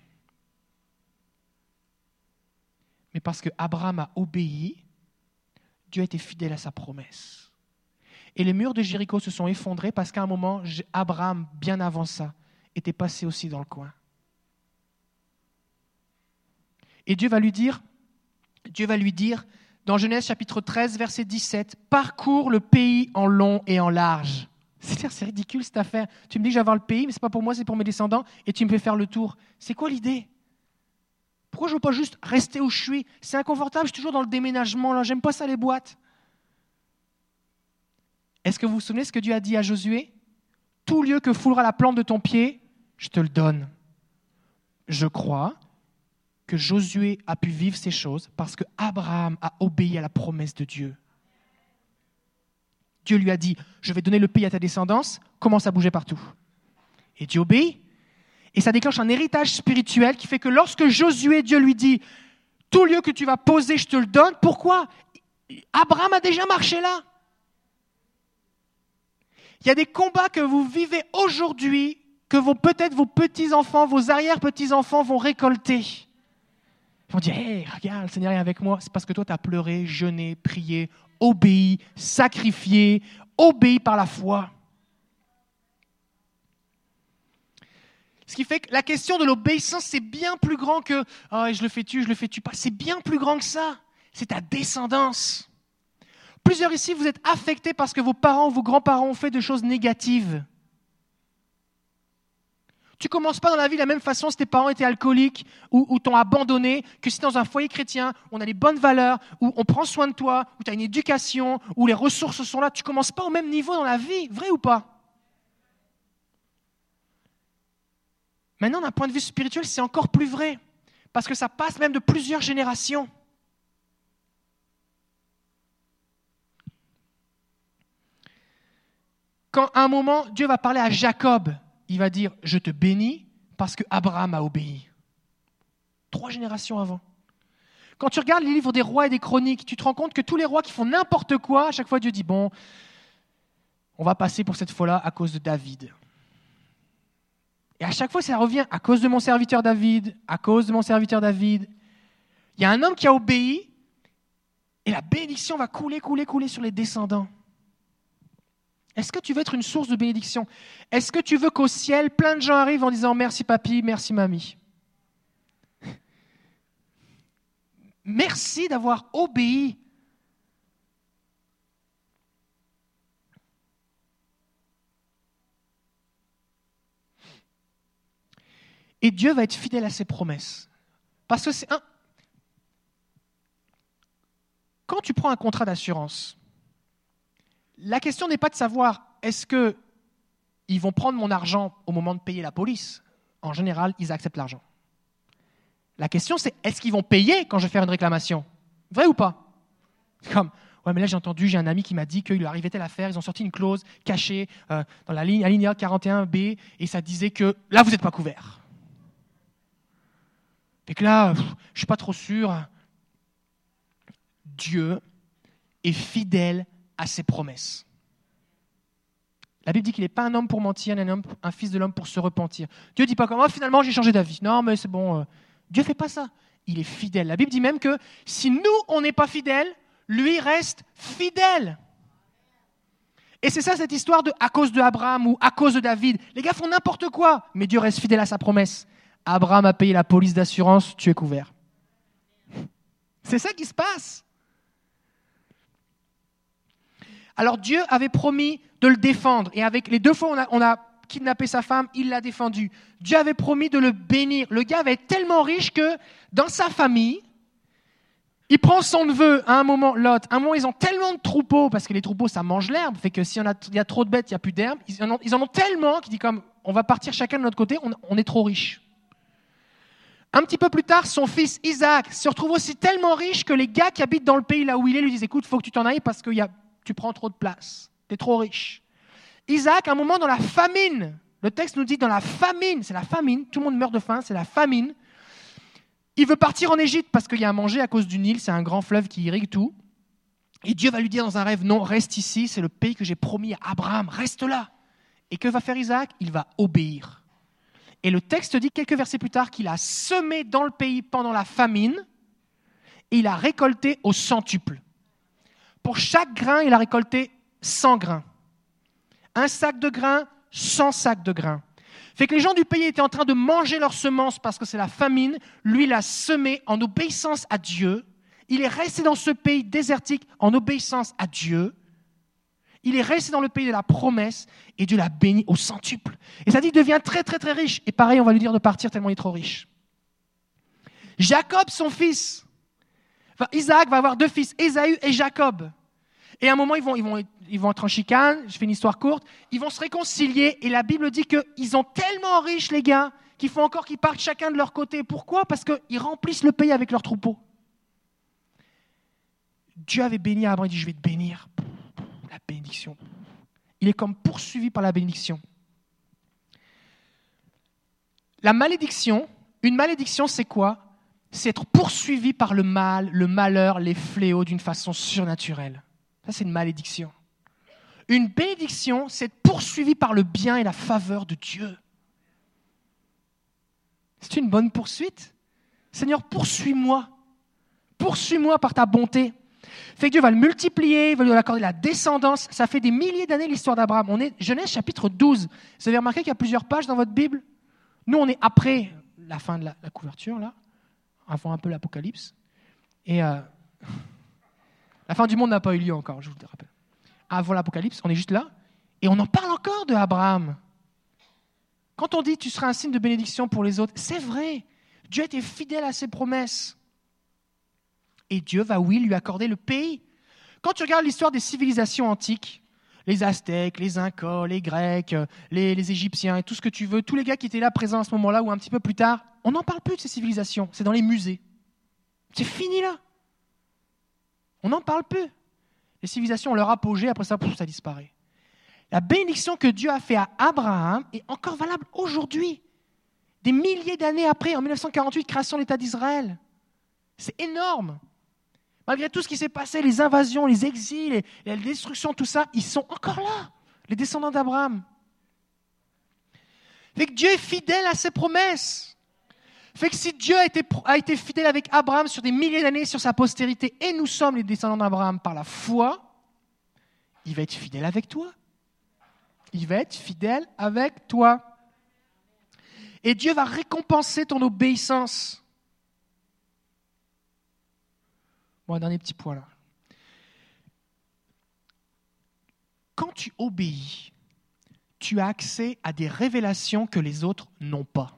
Mais parce qu'Abraham a obéi, Dieu a été fidèle à sa promesse. Et les murs de Jéricho se sont effondrés parce qu'à un moment, Abraham, bien avant ça, était passé aussi dans le coin. Et Dieu va lui dire, Dieu va lui dire, dans Genèse chapitre treize, verset dix-sept, « Parcours le pays en long et en large. » C'est-à-dire, c'est ridicule cette affaire. Tu me dis que je vais avoir le pays, mais ce n'est pas pour moi, c'est pour mes descendants, et tu me fais faire le tour. C'est quoi l'idée ? Pourquoi je ne veux pas juste rester où je suis ? C'est inconfortable, je suis toujours dans le déménagement, là. J'aime pas ça les boîtes. Est-ce que vous vous souvenez ce que Dieu a dit à Josué ? « Tout lieu que foulera la plante de ton pied, je te le donne. » Je crois que Josué a pu vivre ces choses parce que Abraham a obéi à la promesse de Dieu. Dieu lui a dit « Je vais donner le pays à ta descendance », commence à bouger partout. Et Dieu obéit. Et ça déclenche un héritage spirituel qui fait que lorsque Josué, Dieu lui dit « Tout lieu que tu vas poser, je te le donne », pourquoi ? Abraham a déjà marché là. Il y a des combats que vous vivez aujourd'hui, que vos, peut-être vos petits-enfants, vos arrière-petits-enfants vont récolter. Ils vont dire, hey, regarde, le Seigneur est avec moi. C'est parce que toi, tu as pleuré, jeûné, prié, obéi, sacrifié, obéi par la foi. Ce qui fait que la question de l'obéissance, c'est bien plus grand que oh, « je le fais-tu, je le fais-tu pas ». C'est bien plus grand que ça. C'est ta descendance. Plusieurs ici, vous êtes affectés parce que vos parents ou vos grands-parents ont fait des choses négatives. Tu ne commences pas dans la vie de la même façon si tes parents étaient alcooliques ou, ou t'ont abandonné que si dans un foyer chrétien, on a les bonnes valeurs, où on prend soin de toi, où tu as une éducation, où les ressources sont là. Tu ne commences pas au même niveau dans la vie, vrai ou pas ? Maintenant, d'un point de vue spirituel, c'est encore plus vrai parce que ça passe même de plusieurs générations. Quand à un moment, Dieu va parler à Jacob, il va dire « Je te bénis parce que Abraham a obéi ». Trois générations avant. Quand tu regardes les livres des rois et des chroniques, tu te rends compte que tous les rois qui font n'importe quoi, à chaque fois Dieu dit « Bon, on va passer pour cette fois-là à cause de David ». Et à chaque fois, ça revient à cause de mon serviteur David, à cause de mon serviteur David. Il y a un homme qui a obéi et la bénédiction va couler, couler, couler sur les descendants. Est-ce que tu veux être une source de bénédiction ? Est-ce que tu veux qu'au ciel, plein de gens arrivent en disant « Merci papy, merci mamie ». Merci d'avoir obéi. Et Dieu va être fidèle à ses promesses. Parce que c'est un... Quand tu prends un contrat d'assurance, la question n'est pas de savoir est-ce qu'ils vont prendre mon argent au moment de payer la police. En général, ils acceptent l'argent. La question, c'est est-ce qu'ils vont payer quand je vais faire une réclamation ? Vrai ou pas ? C'est comme, ouais, mais là j'ai entendu, j'ai un ami qui m'a dit qu'il lui arrivait telle affaire, ils ont sorti une clause cachée euh, dans la ligne alinéa quarante et un B et ça disait que là, vous n'êtes pas couvert. Et que là, pff, je ne suis pas trop sûr. Dieu est fidèle à ses promesses. La Bible dit qu'il n'est pas un homme pour mentir, ni un, homme, un fils de l'homme pour se repentir. Dieu ne dit pas comme oh, finalement j'ai changé d'avis. Non, mais c'est bon. Euh, Dieu ne fait pas ça. Il est fidèle. La Bible dit même que si nous, on n'est pas fidèles, lui reste fidèle. Et c'est ça cette histoire de à cause de Abraham ou à cause de David. Les gars font n'importe quoi, mais Dieu reste fidèle à sa promesse. Abraham a payé la police d'assurance, tu es couvert. C'est ça qui se passe. Alors Dieu avait promis de le défendre. Et avec les deux fois, on a, on a kidnappé sa femme, il l'a défendu. Dieu avait promis de le bénir. Le gars avait été tellement riche que dans sa famille, il prend son neveu à un moment, Lot. À un moment, ils ont tellement de troupeaux, parce que les troupeaux, ça mange l'herbe, fait que s'il y, en a, il y a trop de bêtes, il n'y a plus d'herbe. Ils en ont, ils en ont tellement qu'il dit comme, on va partir chacun de notre côté, on, on est trop riches. Un petit peu plus tard, son fils Isaac se retrouve aussi tellement riche que les gars qui habitent dans le pays là où il est lui disent, écoute, il faut que tu t'en ailles parce que y a, tu prends trop de place, tu es trop riche. Isaac, à un moment dans la famine, le texte nous dit dans la famine, c'est la famine, tout le monde meurt de faim, c'est la famine. Il veut partir en Égypte parce qu'il y a à manger à cause du Nil, c'est un grand fleuve qui irrigue tout. Et Dieu va lui dire dans un rêve, non, reste ici, c'est le pays que j'ai promis à Abraham, reste là. Et que va faire Isaac ? Il va obéir. Et le texte dit quelques versets plus tard qu'il a semé dans le pays pendant la famine et il a récolté au centuple. Pour chaque grain, il a récolté cent grains. Un sac de grains, cent sacs de grains. Fait que les gens du pays étaient en train de manger leurs semences parce que c'est la famine. Lui, il a semé en obéissance à Dieu. Il est resté dans ce pays désertique en obéissance à Dieu. Il est resté dans le pays de la promesse et Dieu l'a béni au centuple. Et ça dit, il devient très, très, très riche. Et pareil, on va lui dire de partir tellement il est trop riche. Jacob, son fils. Enfin, Isaac va avoir deux fils, Ésaü et Jacob. Et à un moment, ils vont, ils, vont, ils vont être en chicane, je fais une histoire courte, ils vont se réconcilier et la Bible dit qu'ils sont tellement riches, les gars, qu'il faut encore qu'ils partent chacun de leur côté. Pourquoi ? Parce qu'ils remplissent le pays avec leurs troupeaux. Dieu avait béni Abraham, il dit, je vais te bénir. La bénédiction. Il est comme poursuivi par la bénédiction. La malédiction, une malédiction, c'est quoi ? C'est être poursuivi par le mal, le malheur, les fléaux d'une façon surnaturelle. Ça, c'est une malédiction. Une bénédiction, c'est être poursuivi par le bien et la faveur de Dieu. C'est une bonne poursuite. Seigneur, poursuis-moi. Poursuis-moi par ta bonté. Fait que Dieu va le multiplier, il va lui accorder la descendance. Ça fait des milliers d'années l'histoire d'Abraham. On est Genèse chapitre douze. Vous avez remarqué qu'il y a plusieurs pages dans votre Bible ? Nous, on est après la fin de la, la couverture, là, avant un peu l'Apocalypse. Et euh, la fin du monde n'a pas eu lieu encore, je vous le rappelle. Avant l'Apocalypse, on est juste là. Et on en parle encore de Abraham. Quand on dit « tu seras un signe de bénédiction pour les autres », c'est vrai. Dieu était fidèle à ses promesses. Et Dieu va, oui, lui accorder le pays. Quand tu regardes l'histoire des civilisations antiques, les Aztèques, les Incas, les Grecs, les, les Égyptiens, et tout ce que tu veux, tous les gars qui étaient là présents à ce moment-là ou un petit peu plus tard, on n'en parle plus de ces civilisations. C'est dans les musées. C'est fini là. On n'en parle plus. Les civilisations ont leur apogée, après ça, pouf, ça disparaît. La bénédiction que Dieu a fait à Abraham est encore valable aujourd'hui. Des milliers d'années après, en dix-neuf cent quarante-huit, création de l'État d'Israël. C'est énorme. Malgré tout ce qui s'est passé, les invasions, les exils, les, les destructions, tout ça, ils sont encore là, les descendants d'Abraham. Fait que Dieu est fidèle à ses promesses. Fait que si Dieu a été, a été fidèle avec Abraham sur des milliers d'années, sur sa postérité, et nous sommes les descendants d'Abraham par la foi, il va être fidèle avec toi. Il va être fidèle avec toi. Et Dieu va récompenser ton obéissance. Bon, un dernier petit point là. Quand tu obéis, tu as accès à des révélations que les autres n'ont pas.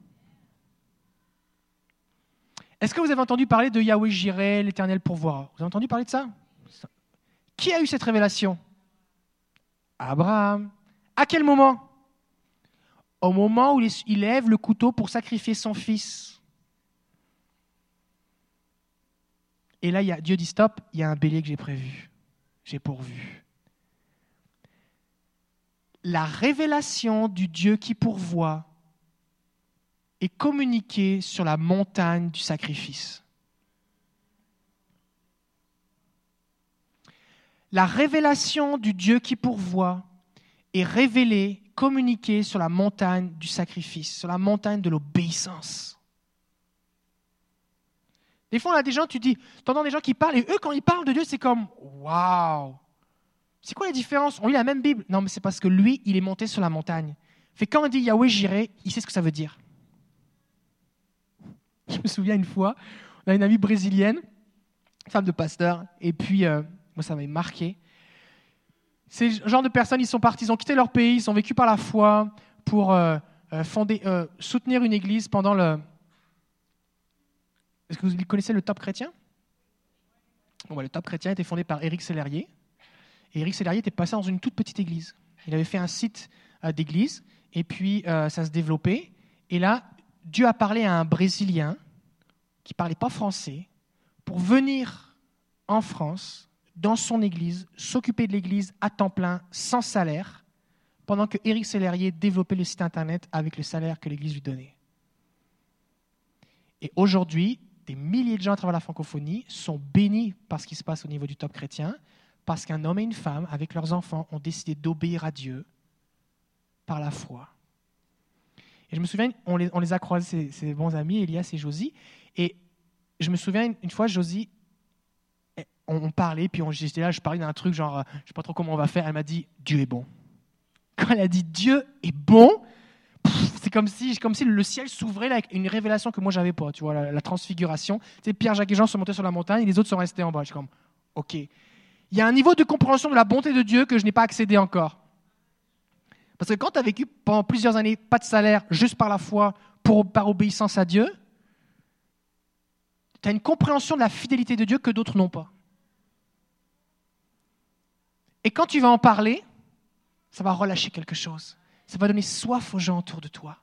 Est-ce que vous avez entendu parler de Yahweh Jireh, l'Éternel pourvoira ? Vous avez entendu parler de ça ? Qui a eu cette révélation ? Abraham. À quel moment ? Au moment où il lève le couteau pour sacrifier son fils. Et là, il y a, Dieu dit stop, il y a un bélier que j'ai prévu, j'ai pourvu. La révélation du Dieu qui pourvoit est communiquée sur la montagne du sacrifice. La révélation du Dieu qui pourvoit est révélée, communiquée sur la montagne du sacrifice, sur la montagne de l'obéissance. Des fois, on a des gens, tu dis, tu entends des gens qui parlent, et eux, quand ils parlent de Dieu, c'est comme, waouh! C'est quoi la différence ? On lit la même Bible. Non, mais c'est parce que lui, il est monté sur la montagne. Fait quand on dit Yahweh Jireh, il sait ce que ça veut dire. Je me souviens une fois, on a une amie brésilienne, femme de pasteur, et puis, euh, moi, ça m'avait marqué. Ces genres de personnes, ils sont partis, ils ont quitté leur pays, ils sont vécus par la foi pour euh, euh, fonder, euh, soutenir une église pendant le... Est-ce que vous connaissez le Top Chrétien? Bon, bah, le Top Chrétien était fondé par Éric Sellerier. Et Éric Sellerier était passé dans une toute petite église. Il avait fait un site euh, d'église, et puis euh, ça se développait. Et là, Dieu a parlé à un Brésilien qui ne parlait pas français pour venir en France, dans son église, s'occuper de l'église à temps plein, sans salaire, pendant que Éric Sellerier développait le site internet avec le salaire que l'église lui donnait. Et aujourd'hui, des milliers de gens à travers la francophonie sont bénis par ce qui se passe au niveau du Top Chrétien, parce qu'un homme et une femme, avec leurs enfants, ont décidé d'obéir à Dieu par la foi. Et je me souviens, on les, on les a croisés, ces bons amis, Elias et Josie, et je me souviens, une fois, Josie, on, on parlait, puis on, j'étais là, je parlais d'un truc, genre, je ne sais pas trop comment on va faire, elle m'a dit « Dieu est bon ». Quand elle a dit « Dieu est bon », c'est comme si, comme si le ciel s'ouvrait là, avec une révélation que moi, je n'avais pas, tu vois, la, la transfiguration. Tu sais, Pierre, Jacques et Jean sont montés sur la montagne, et les autres sont restés en bas. Je suis comme « Ok ». Il y a un niveau de compréhension de la bonté de Dieu que je n'ai pas accédé encore. Parce que quand tu as vécu pendant plusieurs années, pas de salaire, juste par la foi, pour, par obéissance à Dieu, tu as une compréhension de la fidélité de Dieu que d'autres n'ont pas. Et quand tu vas en parler, ça va relâcher quelque chose. Ça va donner soif aux gens autour de toi.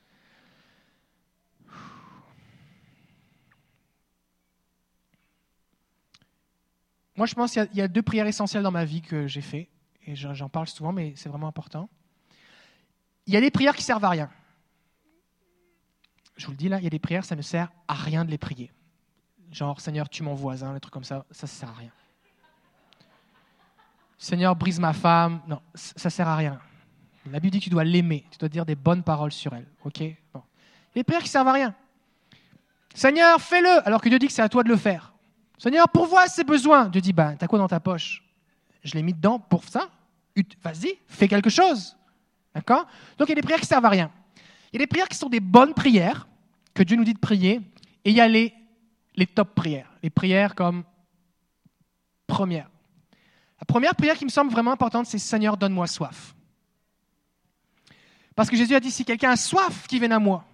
Moi, je pense qu'il y a, il y a deux prières essentielles dans ma vie que j'ai fait, et j'en parle souvent, mais c'est vraiment important. Il y a des prières qui servent à rien. Je vous le dis là, il y a des prières, ça ne sert à rien de les prier. Genre, Seigneur, tue mon voisin, des trucs comme ça, ça ne sert à rien. Seigneur, brise ma femme, non, ça ne sert à rien. La Bible dit que tu dois l'aimer, tu dois dire des bonnes paroles sur elle. Ok, bon. Les prières qui ne servent à rien. Seigneur, fais-le, alors que Dieu dit que c'est à toi de le faire. Seigneur, pourvois ses besoins. Dieu dit, bah, t'as quoi dans ta poche? Je l'ai mis dedans pour ça. Vas-y, fais quelque chose. D'accord? Donc, il y a des prières qui ne servent à rien. Il y a des prières qui sont des bonnes prières, que Dieu nous dit de prier, et il y a les, les top prières. Les prières comme première. La première prière qui me semble vraiment importante, c'est « Seigneur, donne-moi soif ». Parce que Jésus a dit, si quelqu'un a soif, qu'il vienne à moi,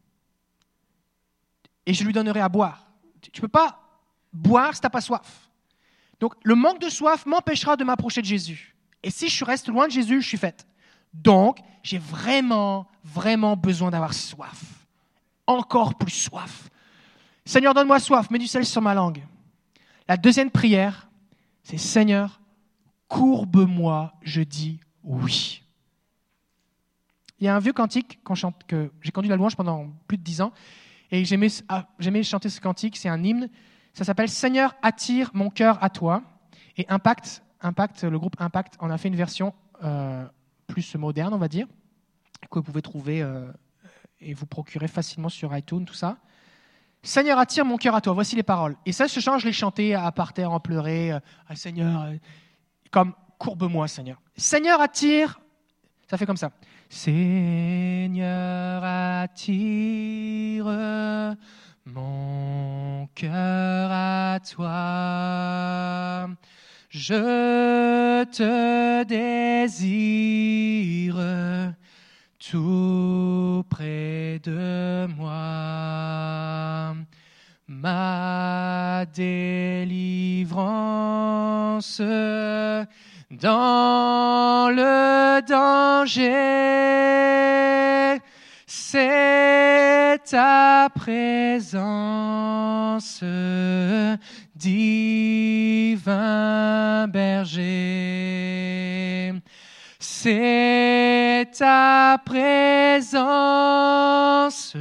et je lui donnerai à boire. Tu ne peux pas boire si tu n'as pas soif. Donc, le manque de soif m'empêchera de m'approcher de Jésus. Et si je reste loin de Jésus, je suis faite. Donc, j'ai vraiment, vraiment besoin d'avoir soif. Encore plus soif. Seigneur, donne-moi soif, mets du sel sur ma langue. La deuxième prière, c'est « Seigneur, courbe-moi, je dis oui ». Il y a un vieux cantique qu'on chante, que j'ai conduit la louange pendant plus de dix ans, et j'aimais, ah, j'aimais chanter ce cantique, c'est un hymne. Ça s'appelle « Seigneur, attire mon cœur à toi ». Et Impact, Impact, le groupe Impact en a fait une version euh, plus moderne, on va dire, que vous pouvez trouver euh, et vous procurer facilement sur iTunes, tout ça. « Seigneur, attire mon cœur à toi ». Voici les paroles. Et ça, ce chant, je l'ai chanté à par terre, en pleuré. Euh, ah, Seigneur, euh, comme « courbe-moi, Seigneur ». « Seigneur, attire ». Ça fait comme ça. « Seigneur, attire mon cœur à toi. Je te désire tout près de moi. Ma délivrance dans le danger, c'est ta présence, divin berger. C'est ta présence,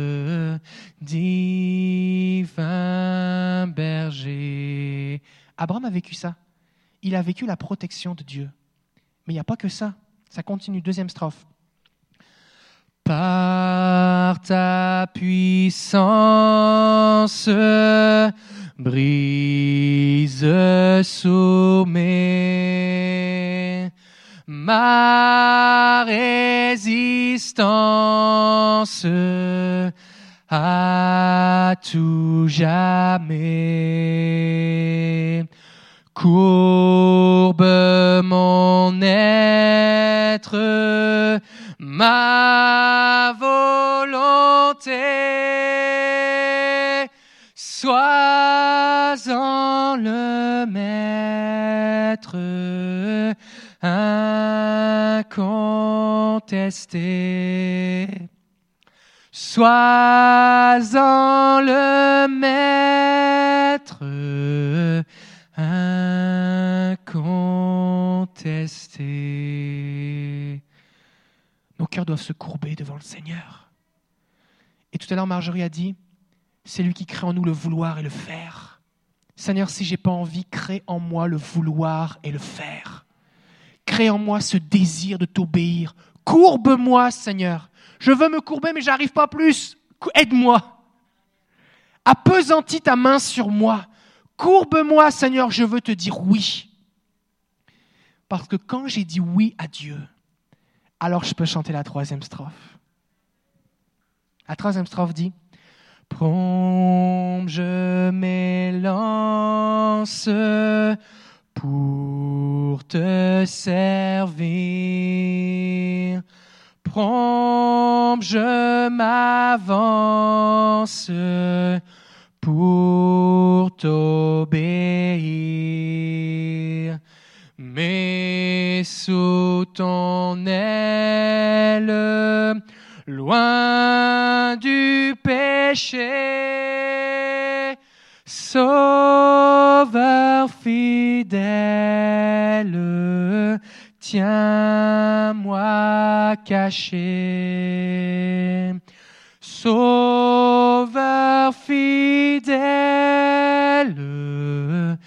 divin berger. Abraham a vécu ça. Il a vécu la protection de Dieu. Mais il n'y a pas que ça. Ça continue, deuxième strophe. Par ta puissance, brise sommet ma résistance à tout jamais. Courbe mon être, ma volonté, sois-en le maître, incontesté. Sois-en le maître, incontesté. Nos cœurs doivent se courber devant le Seigneur. Et tout à l'heure, Marjorie a dit, c'est lui qui crée en nous le vouloir et le faire. Seigneur, si j'ai pas envie, crée en moi le vouloir et le faire. Crée en moi ce désir de t'obéir. Courbe-moi, Seigneur. Je veux me courber, mais j'arrive pas plus. Aide-moi. Appesantis ta main sur moi. Courbe-moi, Seigneur, je veux te dire oui. Parce que quand j'ai dit oui à Dieu, alors je peux chanter la troisième strophe. La troisième strophe dit « Prompt je m'élance pour te servir. Prompt je m'avance pour t'obéir. Mais sous ton aile, loin du péché, Sauveur fidèle, tiens-moi caché. Sauveur fidèle,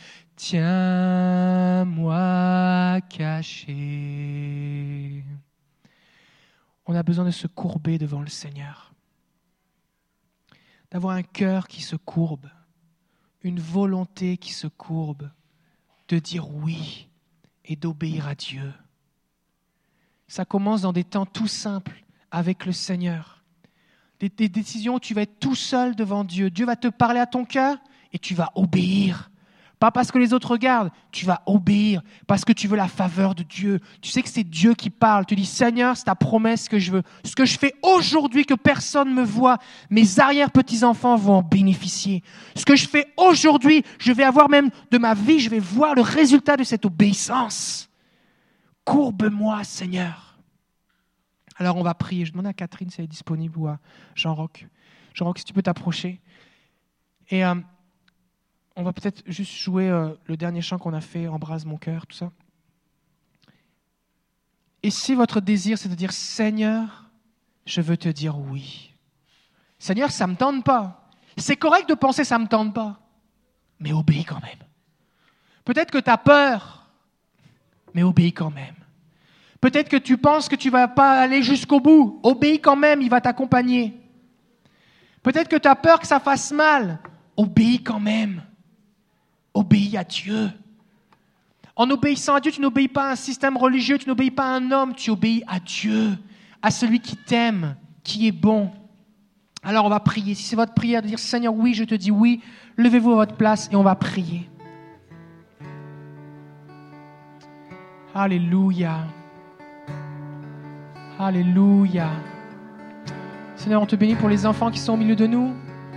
tiens-moi caché. On a besoin de se courber devant le Seigneur, d'avoir un cœur qui se courbe, une volonté qui se courbe, de dire oui et d'obéir à Dieu. Ça commence dans des temps tout simples avec le Seigneur. Des, des décisions où tu vas être tout seul devant Dieu. Dieu va te parler à ton cœur et tu vas obéir. Pas parce que les autres regardent, tu vas obéir, parce que tu veux la faveur de Dieu. Tu sais que c'est Dieu qui parle. Tu dis, Seigneur, c'est ta promesse que je veux. Ce que je fais aujourd'hui que personne ne me voit, mes arrière-petits-enfants vont en bénéficier. Ce que je fais aujourd'hui, je vais avoir même de ma vie, je vais voir le résultat de cette obéissance. Courbe-moi, Seigneur. Alors on va prier. Je demande à Catherine si elle est disponible ou à Jean-Roch. Jean-Roch, si tu peux t'approcher. Et... Euh, On va peut-être juste jouer euh, le dernier chant qu'on a fait, Embrase mon cœur, tout ça. Et si votre désir, c'est de dire, Seigneur, je veux te dire oui. Seigneur, ça ne me tente pas. C'est correct de penser ça ne me tente pas, mais obéis quand même. Peut-être que tu as peur, mais obéis quand même. Peut-être que tu penses que tu ne vas pas aller jusqu'au bout, obéis quand même, il va t'accompagner. Peut-être que tu as peur que ça fasse mal, obéis quand même. Obéis à Dieu. En obéissant à Dieu, tu n'obéis pas à un système religieux, tu n'obéis pas à un homme, tu obéis à Dieu, à celui qui t'aime, qui est bon. Alors on va prier. Si c'est votre prière de dire Seigneur, oui, je te dis oui, levez-vous à votre place et on va prier. Alléluia. Alléluia. Seigneur, on te bénit pour les enfants qui sont au milieu de nous.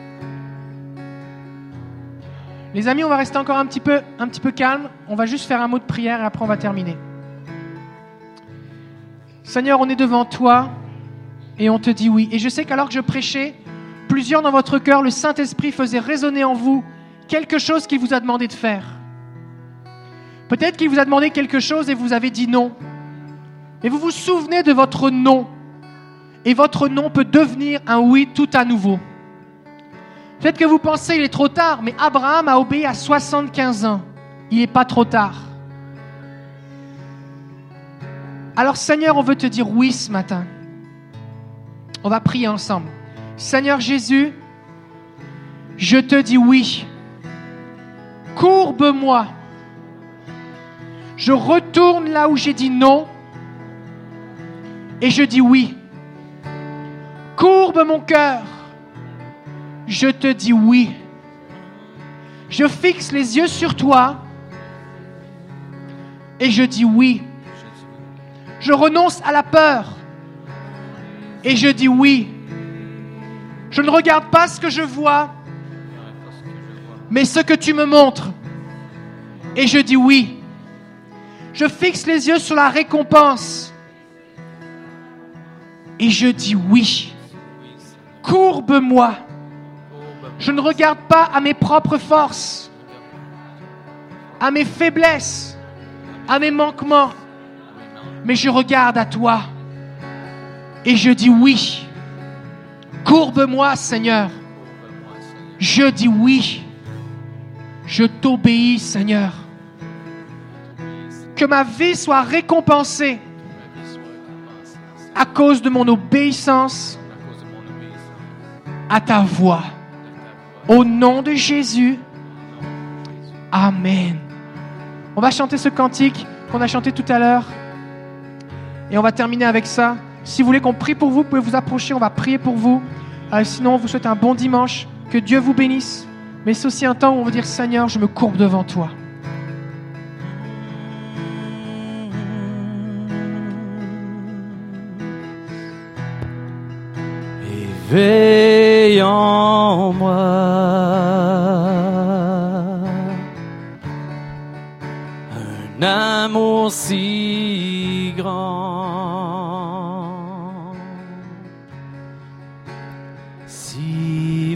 Les amis, on va rester encore un petit peu, un petit peu calme. On va juste faire un mot de prière et après on va terminer. Seigneur, on est devant toi et on te dit oui. Et je sais qu'alors que je prêchais, plusieurs dans votre cœur, le Saint-Esprit faisait résonner en vous quelque chose qu'il vous a demandé de faire. Peut-être qu'il vous a demandé quelque chose et vous avez dit non. Et vous vous souvenez de votre non. Et votre non peut devenir un oui tout à nouveau. Peut-être que vous pensez qu'il est trop tard, mais Abraham a obéi à soixante-quinze ans. Il n'est pas trop tard. Alors Seigneur, on veut te dire oui ce matin. On va prier ensemble. Seigneur Jésus, je te dis oui. Courbe-moi. Je retourne là où j'ai dit non et je dis oui. Courbe mon cœur. Je te dis oui. Je fixe les yeux sur toi Et je dis oui. Je renonce à la peur. Et je dis oui. Je ne regarde pas ce que je vois, mais ce que tu me montres. Et je dis oui. Je fixe les yeux sur la récompense. Et je dis oui. Courbe-moi. Je ne regarde pas à mes propres forces, à mes faiblesses, à mes manquements, mais je regarde à toi. Et je dis oui. Courbe-moi, Seigneur. Je dis oui. Je t'obéis, Seigneur. Que ma vie soit récompensée à cause de mon obéissance à ta voix. Au nom de Jésus. Amen. On va chanter ce cantique qu'on a chanté tout à l'heure. Et on va terminer avec ça. Si vous voulez qu'on prie pour vous, vous pouvez vous approcher, on va prier pour vous. Euh, sinon, on vous souhaite un bon dimanche. Que Dieu vous bénisse. Mais c'est aussi un temps où on va dire, Seigneur, je me courbe devant toi. Éveille en moi un amour si grand, si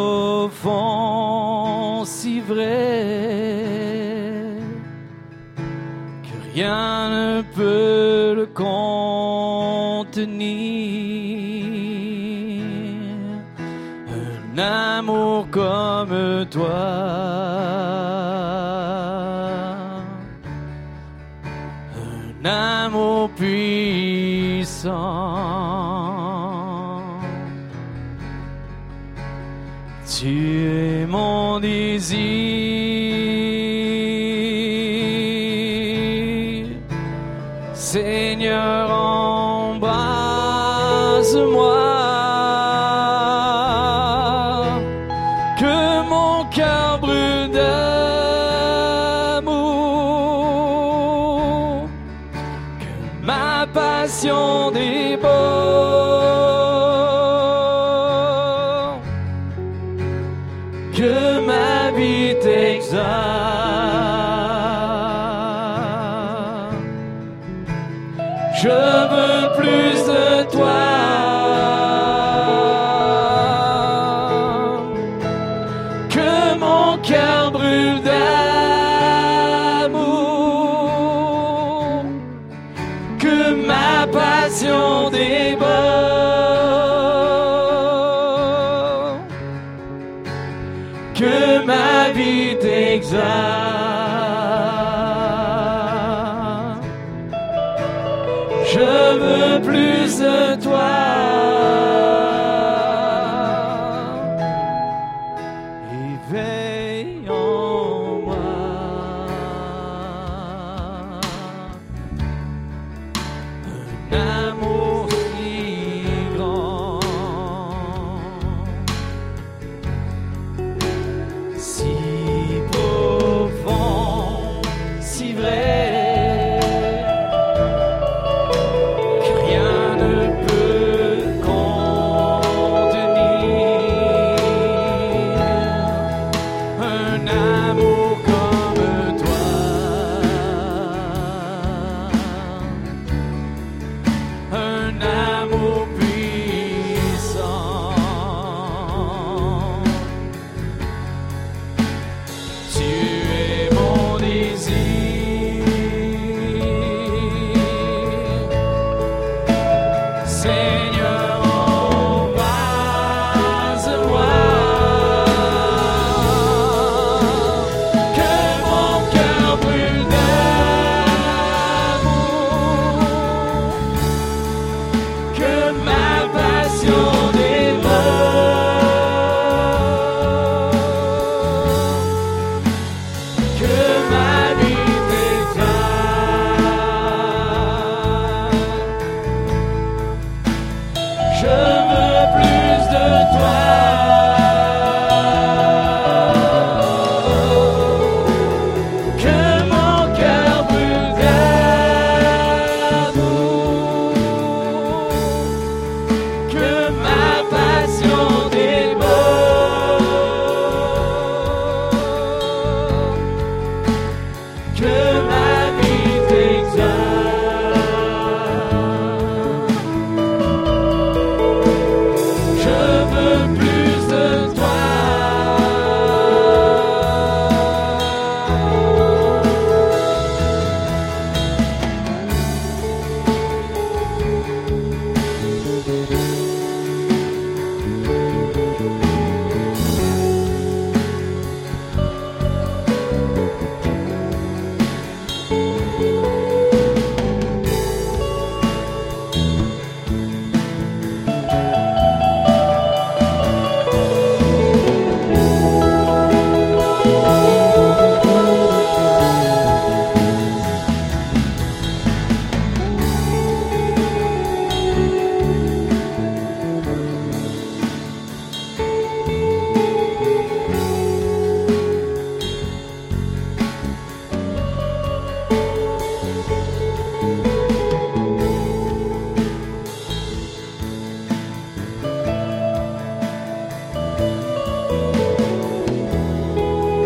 profond, si vrai, que rien ne peut le contenir. Un amour comme toi, un amour puissant. Tu es mon désir, Seigneur, embrasse-moi. Déborde, que ma vie t'exalte. Je veux plus de toi, que mon cœur brûle d'amour, que ma passion déborde, que ma vie t'exalte.